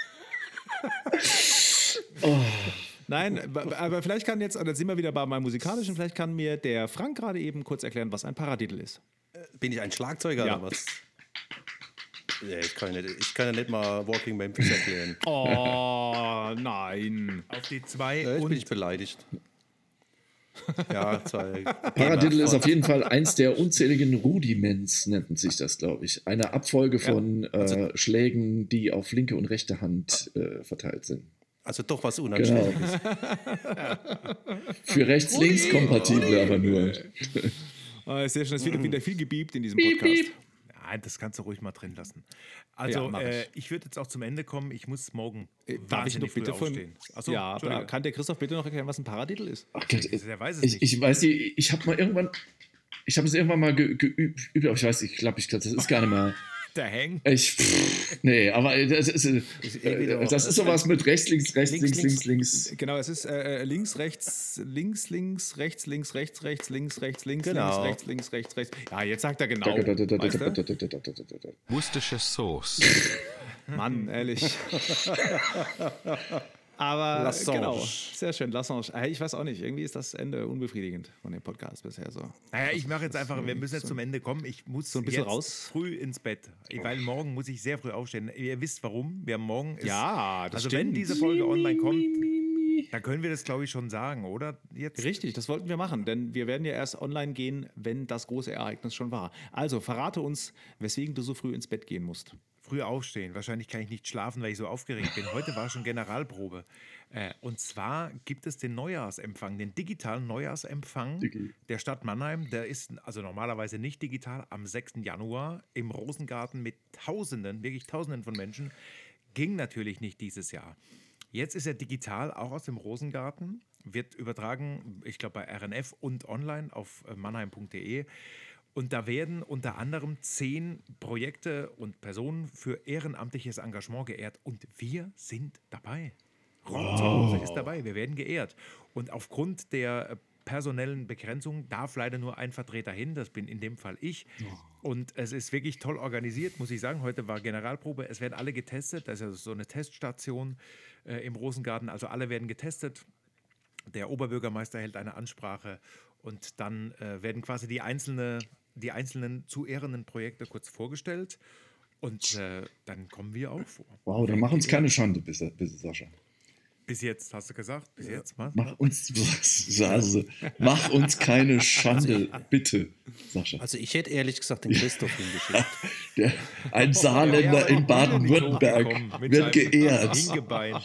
Nein, aber vielleicht kann jetzt, da sind wir wieder bei meinem musikalischen, vielleicht kann mir der Frank gerade eben kurz erklären, was ein Paradiddle ist. Bin ich ein Schlagzeuger Ja. oder was? Ja, ich, kann ja nicht, ich kann ja nicht mal Walking Memphis erklären. Oh, nein. Auf die zwei Ja, jetzt und bin ich beleidigt. Ja, zwei. Paradiddle ist auf jeden Fall eins der unzähligen Rudiments, nennt sich das, glaube ich. Eine Abfolge von äh, Schlägen, die auf linke und rechte Hand äh, verteilt sind. Also doch was Genau. Unanständiges. Für rechts-links-kompatible aber nur. Oh, sehr schön, es wird wieder viel gebiebt in diesem Podcast. Nein, das kannst du ruhig mal drin lassen. Also, Ja, mach äh, ich. ich würde jetzt auch zum Ende kommen. Ich muss morgen Äh, Darf ich wahnsinnig noch bitte früh von. aufstehen. Achso, Ja, aber Entschuldige. kann der Christoph bitte noch erklären, was ein Paradiddle ist? Ach Gott, Der weiß es ich, nicht. ich weiß nicht, ich habe mal irgendwann, ich habe es irgendwann mal ge- geübt, aber ich weiß, ich glaube, ich glaube, das ist gar nicht mal. Der Hang. Ich, pff, nee, aber das ist, äh, wieder- das ist sowas mit rechts, links, rechts, Links, links, links, links. Genau, es ist äh, links, rechts, links, links, rechts, links, rechts, rechts, links, rechts, links, Genau. links, rechts, links, rechts, rechts. Ja, jetzt sagt er genau. Weißt du? Worcestershire Sauce. Mann, ehrlich. Aber Lassange. genau, sehr schön, Lassange. Äh, Ich weiß auch nicht, irgendwie ist das Ende unbefriedigend von dem Podcast bisher so. Naja, ich mache jetzt einfach, wir müssen jetzt zum Ende kommen. Ich muss so ein bisschen jetzt raus. früh ins Bett, weil morgen muss ich sehr früh aufstehen. Ihr wisst warum. Wir haben morgen ist, Ja, das also stimmt. wenn diese Folge online kommt, dann können wir das, glaube ich, schon sagen, oder? Jetzt. Richtig, das wollten wir machen, denn wir werden ja erst online gehen, wenn das große Ereignis schon war. Also verrate uns, weswegen du so früh ins Bett gehen musst. Früh aufstehen. Wahrscheinlich kann ich nicht schlafen, weil ich so aufgeregt bin. Heute war schon Generalprobe. Äh, und zwar gibt es den Neujahrsempfang, den digitalen Neujahrsempfang Digi. der Stadt Mannheim. Der ist also normalerweise nicht digital, am sechsten Januar im Rosengarten mit Tausenden, wirklich Tausenden von Menschen. Ging natürlich nicht dieses Jahr. Jetzt ist er digital, auch aus dem Rosengarten, wird übertragen, ich glaube bei R N F und online auf mannheim punkt de. Und da werden unter anderem zehn Projekte und Personen für ehrenamtliches Engagement geehrt. Und wir sind dabei. Rock zu Hause ist dabei. Wir werden geehrt. Und aufgrund der personellen Begrenzung darf leider nur ein Vertreter hin. Das bin in dem Fall ich. Und es ist wirklich toll organisiert, muss ich sagen. Heute war Generalprobe. Es werden alle getestet. Das ist also so eine Teststation äh, im Rosengarten. Also alle werden getestet. Der Oberbürgermeister hält eine Ansprache. Und dann äh, werden quasi die, einzelne, die einzelnen zu ehrenden Projekte kurz vorgestellt. Und äh, dann kommen wir auch vor. Wow, dann mach uns keine Schande, bitte, bitte Sascha. Bis jetzt, hast du gesagt? Bis jetzt, was? Mach uns, also, mach uns keine Schande, bitte, Sascha. Also ich hätte ehrlich gesagt den Christoph hingeschickt. Der, ein Saarländer in Baden-Württemberg Mit wird seinem geehrt. Hingebein.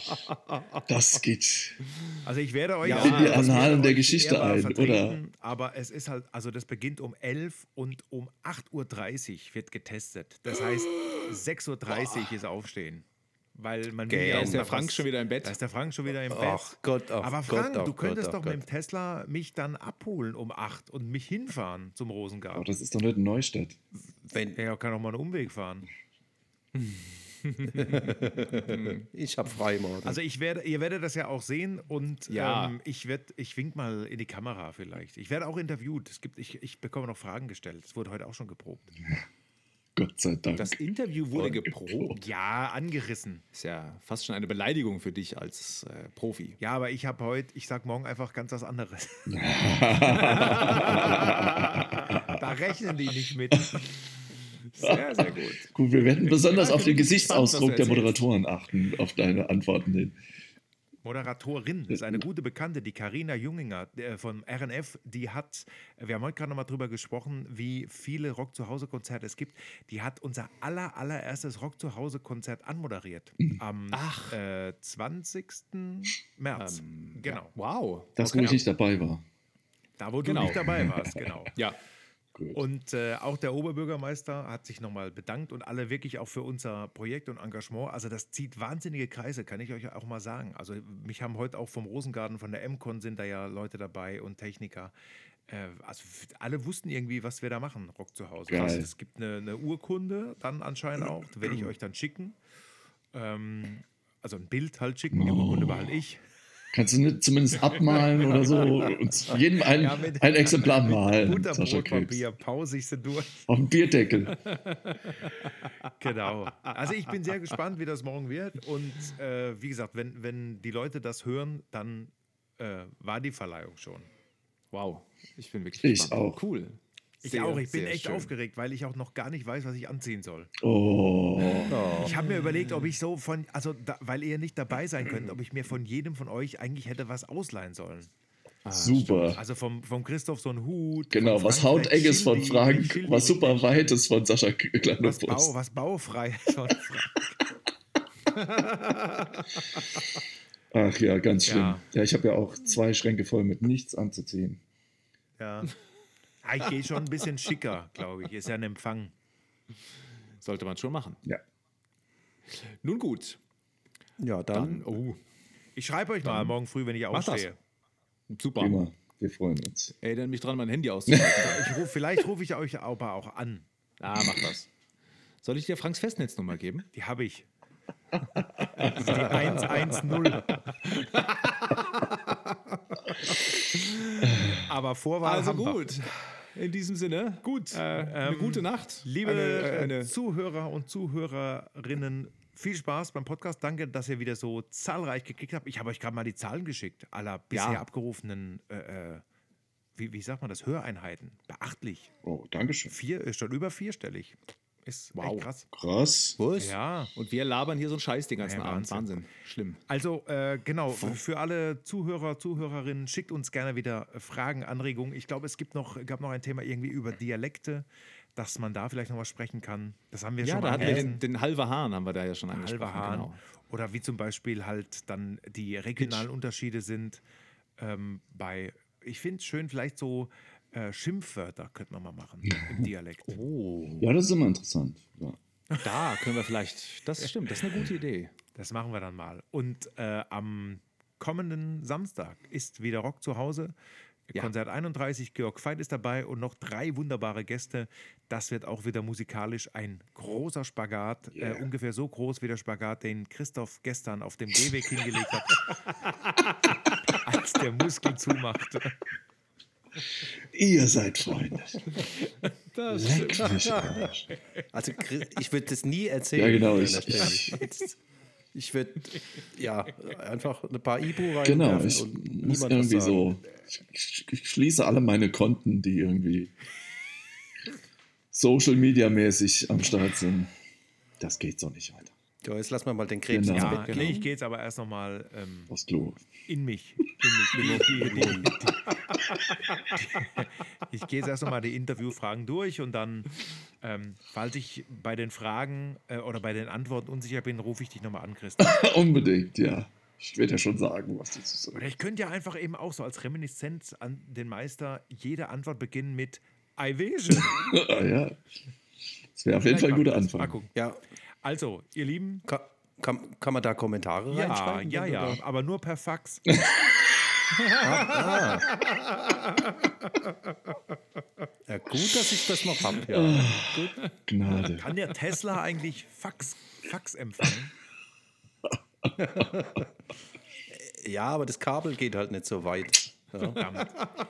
Das geht. Also ich werde euch Ja, auch- in die ich werde Annalen der euch Geschichte ehrbar ein, vertreten, aber es ist halt, also das beginnt um elf und um acht Uhr dreißig wird getestet. Das heißt, sechs Uhr dreißig ist Aufstehen. Weil man will Gähn. ja Da auch ist der noch Frank was- schon wieder im Bett. Da ist der Frank schon wieder im Bett. Ach Gott, ach Aber Gott, Frank, ach du könntest Gott, ach doch mit Gott. dem Tesla mich dann abholen um acht und mich hinfahren zum Rosengarten. Aber das ist doch nicht in Neustadt. Wenn, Ja, kann auch mal einen Umweg fahren. ich habe frei morgen. Also ich werde, ihr werdet das ja auch sehen und Ja. ähm, ich werde, ich wink mal in die Kamera vielleicht. Ich werde auch interviewt. Es gibt, ich, ich bekomme noch Fragen gestellt. Es wurde heute auch schon geprobt. Gott sei Dank. Das Interview wurde geprobt. Ja, angerissen. Ist ja fast schon eine Beleidigung für dich als äh, Profi. Ja, aber ich habe heute, ich sag morgen einfach ganz was anderes. Da rechnen die nicht mit. Sehr, sehr gut. Gut, wir werden besonders Ja, auf den ich bin gespannt, was Gesichtsausdruck du der erzählst. Moderatoren achten, auf deine Antworten hin. Moderatorin ist eine gute Bekannte, die Carina Junginger äh, von R N F, die hat, wir haben heute gerade noch mal drüber gesprochen, wie viele Rock-zu-Hause-Konzerte es gibt. Die hat unser aller, allererstes Rock-zu-Hause-Konzert anmoderiert. Am äh, zwanzigsten März. Genau. Wow. Das, wo ich nicht dabei war. Da, wo Genau. du nicht dabei warst, genau. Ja. Gut. Und äh, auch der Oberbürgermeister hat sich nochmal bedankt und alle wirklich auch für unser Projekt und Engagement. Also das zieht wahnsinnige Kreise, kann ich euch auch mal sagen. Also mich haben heute auch vom Rosengarten, von der M-Con sind da ja Leute dabei und Techniker. Äh, also alle wussten irgendwie, was wir da machen, Rock zu Hause. Geil. Also es gibt eine, eine Urkunde dann anscheinend auch, die werde ich euch dann schicken. Ähm, also ein Bild halt schicken, die Urkunde behalte ich. Kannst du nicht zumindest abmalen oder so? Uns jedem ein, Ja, mit- ein Exemplar malen. Sascha Krebs. Butterbrotpapier, pausigst du durch. Auf dem Bierdeckel. Genau. Also ich bin sehr gespannt, wie das morgen wird. Und äh, wie gesagt, wenn, wenn die Leute das hören, dann äh, war die Verleihung schon. Wow. Ich bin wirklich Ich gespannt. auch. Cool. Ich Sehr, auch. Ich bin sehr echt schön. aufgeregt, weil ich auch noch gar nicht weiß, was ich anziehen soll. Oh. Ich habe mir überlegt, ob ich so von, also da, weil ihr nicht dabei sein könnt, ob ich mir von jedem von euch eigentlich hätte was ausleihen sollen. Super. Also vom, vom Christoph so ein Hut. Genau, vom was Frank vielleicht Hautenges von Schildi, Frank, Schildi was und super Weites von Sascha was, Bau, Kleinopus. was Baufreies von Frank. Ach ja, ganz schlimm. Ja. Ja, ich habe ja auch zwei Schränke voll mit nichts anzuziehen. Ja. Ah, ich gehe schon ein bisschen schicker, glaube ich. Ist ja ein Empfang. Sollte man schon machen. Ja. Nun gut. ja, dann, Dann, oh, Ich schreibe euch mal morgen früh, wenn ich Mach das. aufstehe. super. Immer. Wir freuen uns. Erinnere mich dran, mein Handy auszuschalten. Ich ruf, vielleicht rufe ich euch aber auch an. Ah, mach das. Soll ich dir Franks Festnetznummer geben? Die habe ich. Das ist die eins eins null. Aber Vorwahl Also Hambach. gut. In diesem Sinne, Gut. Äh, eine Ähm, gute Nacht. Liebe eine, äh, eine, Zuhörer und Zuhörerinnen, viel Spaß beim Podcast. Danke, dass ihr wieder so zahlreich geklickt habt. Ich habe euch gerade mal die Zahlen geschickt, aller bisher Ja. abgerufenen, äh, wie, wie sagt man das, Höreinheiten. Beachtlich. Oh, Dankeschön. Vier, ist schon über vierstellig. Ist Wow. echt krass. Krass. Was? Ja. Und wir labern hier so einen Scheiß den ganzen Ja, Abend. Wahnsinn. Wahnsinn. Schlimm. Also, äh, genau, für alle Zuhörer, Zuhörerinnen, schickt uns gerne wieder Fragen, Anregungen. Ich glaube, es gibt noch, gab noch ein Thema irgendwie über Dialekte, dass man da vielleicht noch was sprechen kann. Das haben wir Ja, schon da mal hatten wir angerissen. den, den Halver Hahn, haben wir da ja schon angesprochen. Halber Hahn. Genau. Oder wie zum Beispiel halt dann die regionalen Unterschiede sind ähm, bei, ich finde es schön, vielleicht so äh, Schimpfwörter könnte man mal machen im Dialekt. Oh, Ja, das ist immer interessant. Ja. da können wir vielleicht, das stimmt, das ist eine gute Idee. Das machen wir dann mal. Und äh, am kommenden Samstag ist wieder Rock zu Hause. Ja. Konzert einunddreißig, Georg Veit ist dabei und noch drei wunderbare Gäste. Das wird auch wieder musikalisch ein großer Spagat, Yeah. äh, ungefähr so groß wie der Spagat, den Christoph gestern auf dem Gehweg hingelegt hat, als der Muskel zumacht. Ihr seid Freunde. Das Leck mich am Arsch. Also Chris- ich würde das nie erzählen. Ja, genau, an ich- der Stelle. ich- Ich würde ja einfach ein paar Ibu reinwerfen Genau, ich und muss niemand irgendwie was sagen. so. Ich, ich schließe alle meine Konten, die irgendwie Social Media mäßig am Start sind. Das geht so nicht weiter. Ja, jetzt lassen wir mal den Krebs Genau. ins Ja, Bett. Genau. nee, ich gehe jetzt aber erst nochmal ähm, Aufs Klo. in mich. In mich. Die, die, die, die, ich gehe jetzt erst nochmal die Interviewfragen durch und dann, ähm, falls ich bei den Fragen äh, oder bei den Antworten unsicher bin, rufe ich dich nochmal an, Christian. Unbedingt, ja. Ich werde ja schon sagen, was du zu sagen. Oder ich könnte ja einfach eben auch so als Reminiszenz an den Meister jede Antwort beginnen mit I wish. Ah, ja. Das wäre auf jeden Fall ein guter Mal Anfang. gucken. Ja, Also, ihr Lieben, kann, kann, kann man da Kommentare ja, reinschreiben? ja, wenn du ja, da- aber nur per Fax. Ja, gut, dass ich das noch habe. Ja. Gnade. Kann der Tesla eigentlich Fax, Fax empfangen? ja, aber das Kabel geht halt nicht so weit. Ja. Verdammt.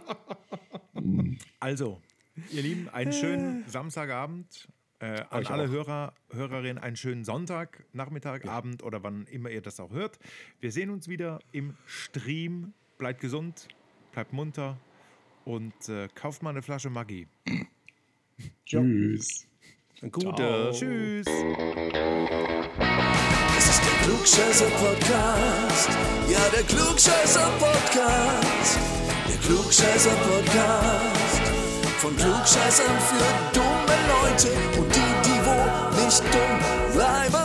Also, ihr Lieben, einen schönen Samstagabend. Äh, an Euch alle auch. Hörer, Hörerinnen einen schönen Sonntag, Nachmittag, Abend oder wann immer ihr das auch hört. Wir sehen uns wieder im Stream. Bleibt gesund, bleibt munter und äh, kauft mal eine Flasche Maggi. Tschüss. Ein guter. Tschüss. Es ist der Klugscheißer Podcast. Ja, der Klugscheißer Podcast. Der Klugscheißer Podcast. Von Klugscheißern für dumme Leute und die, die wo nicht dumm bleiben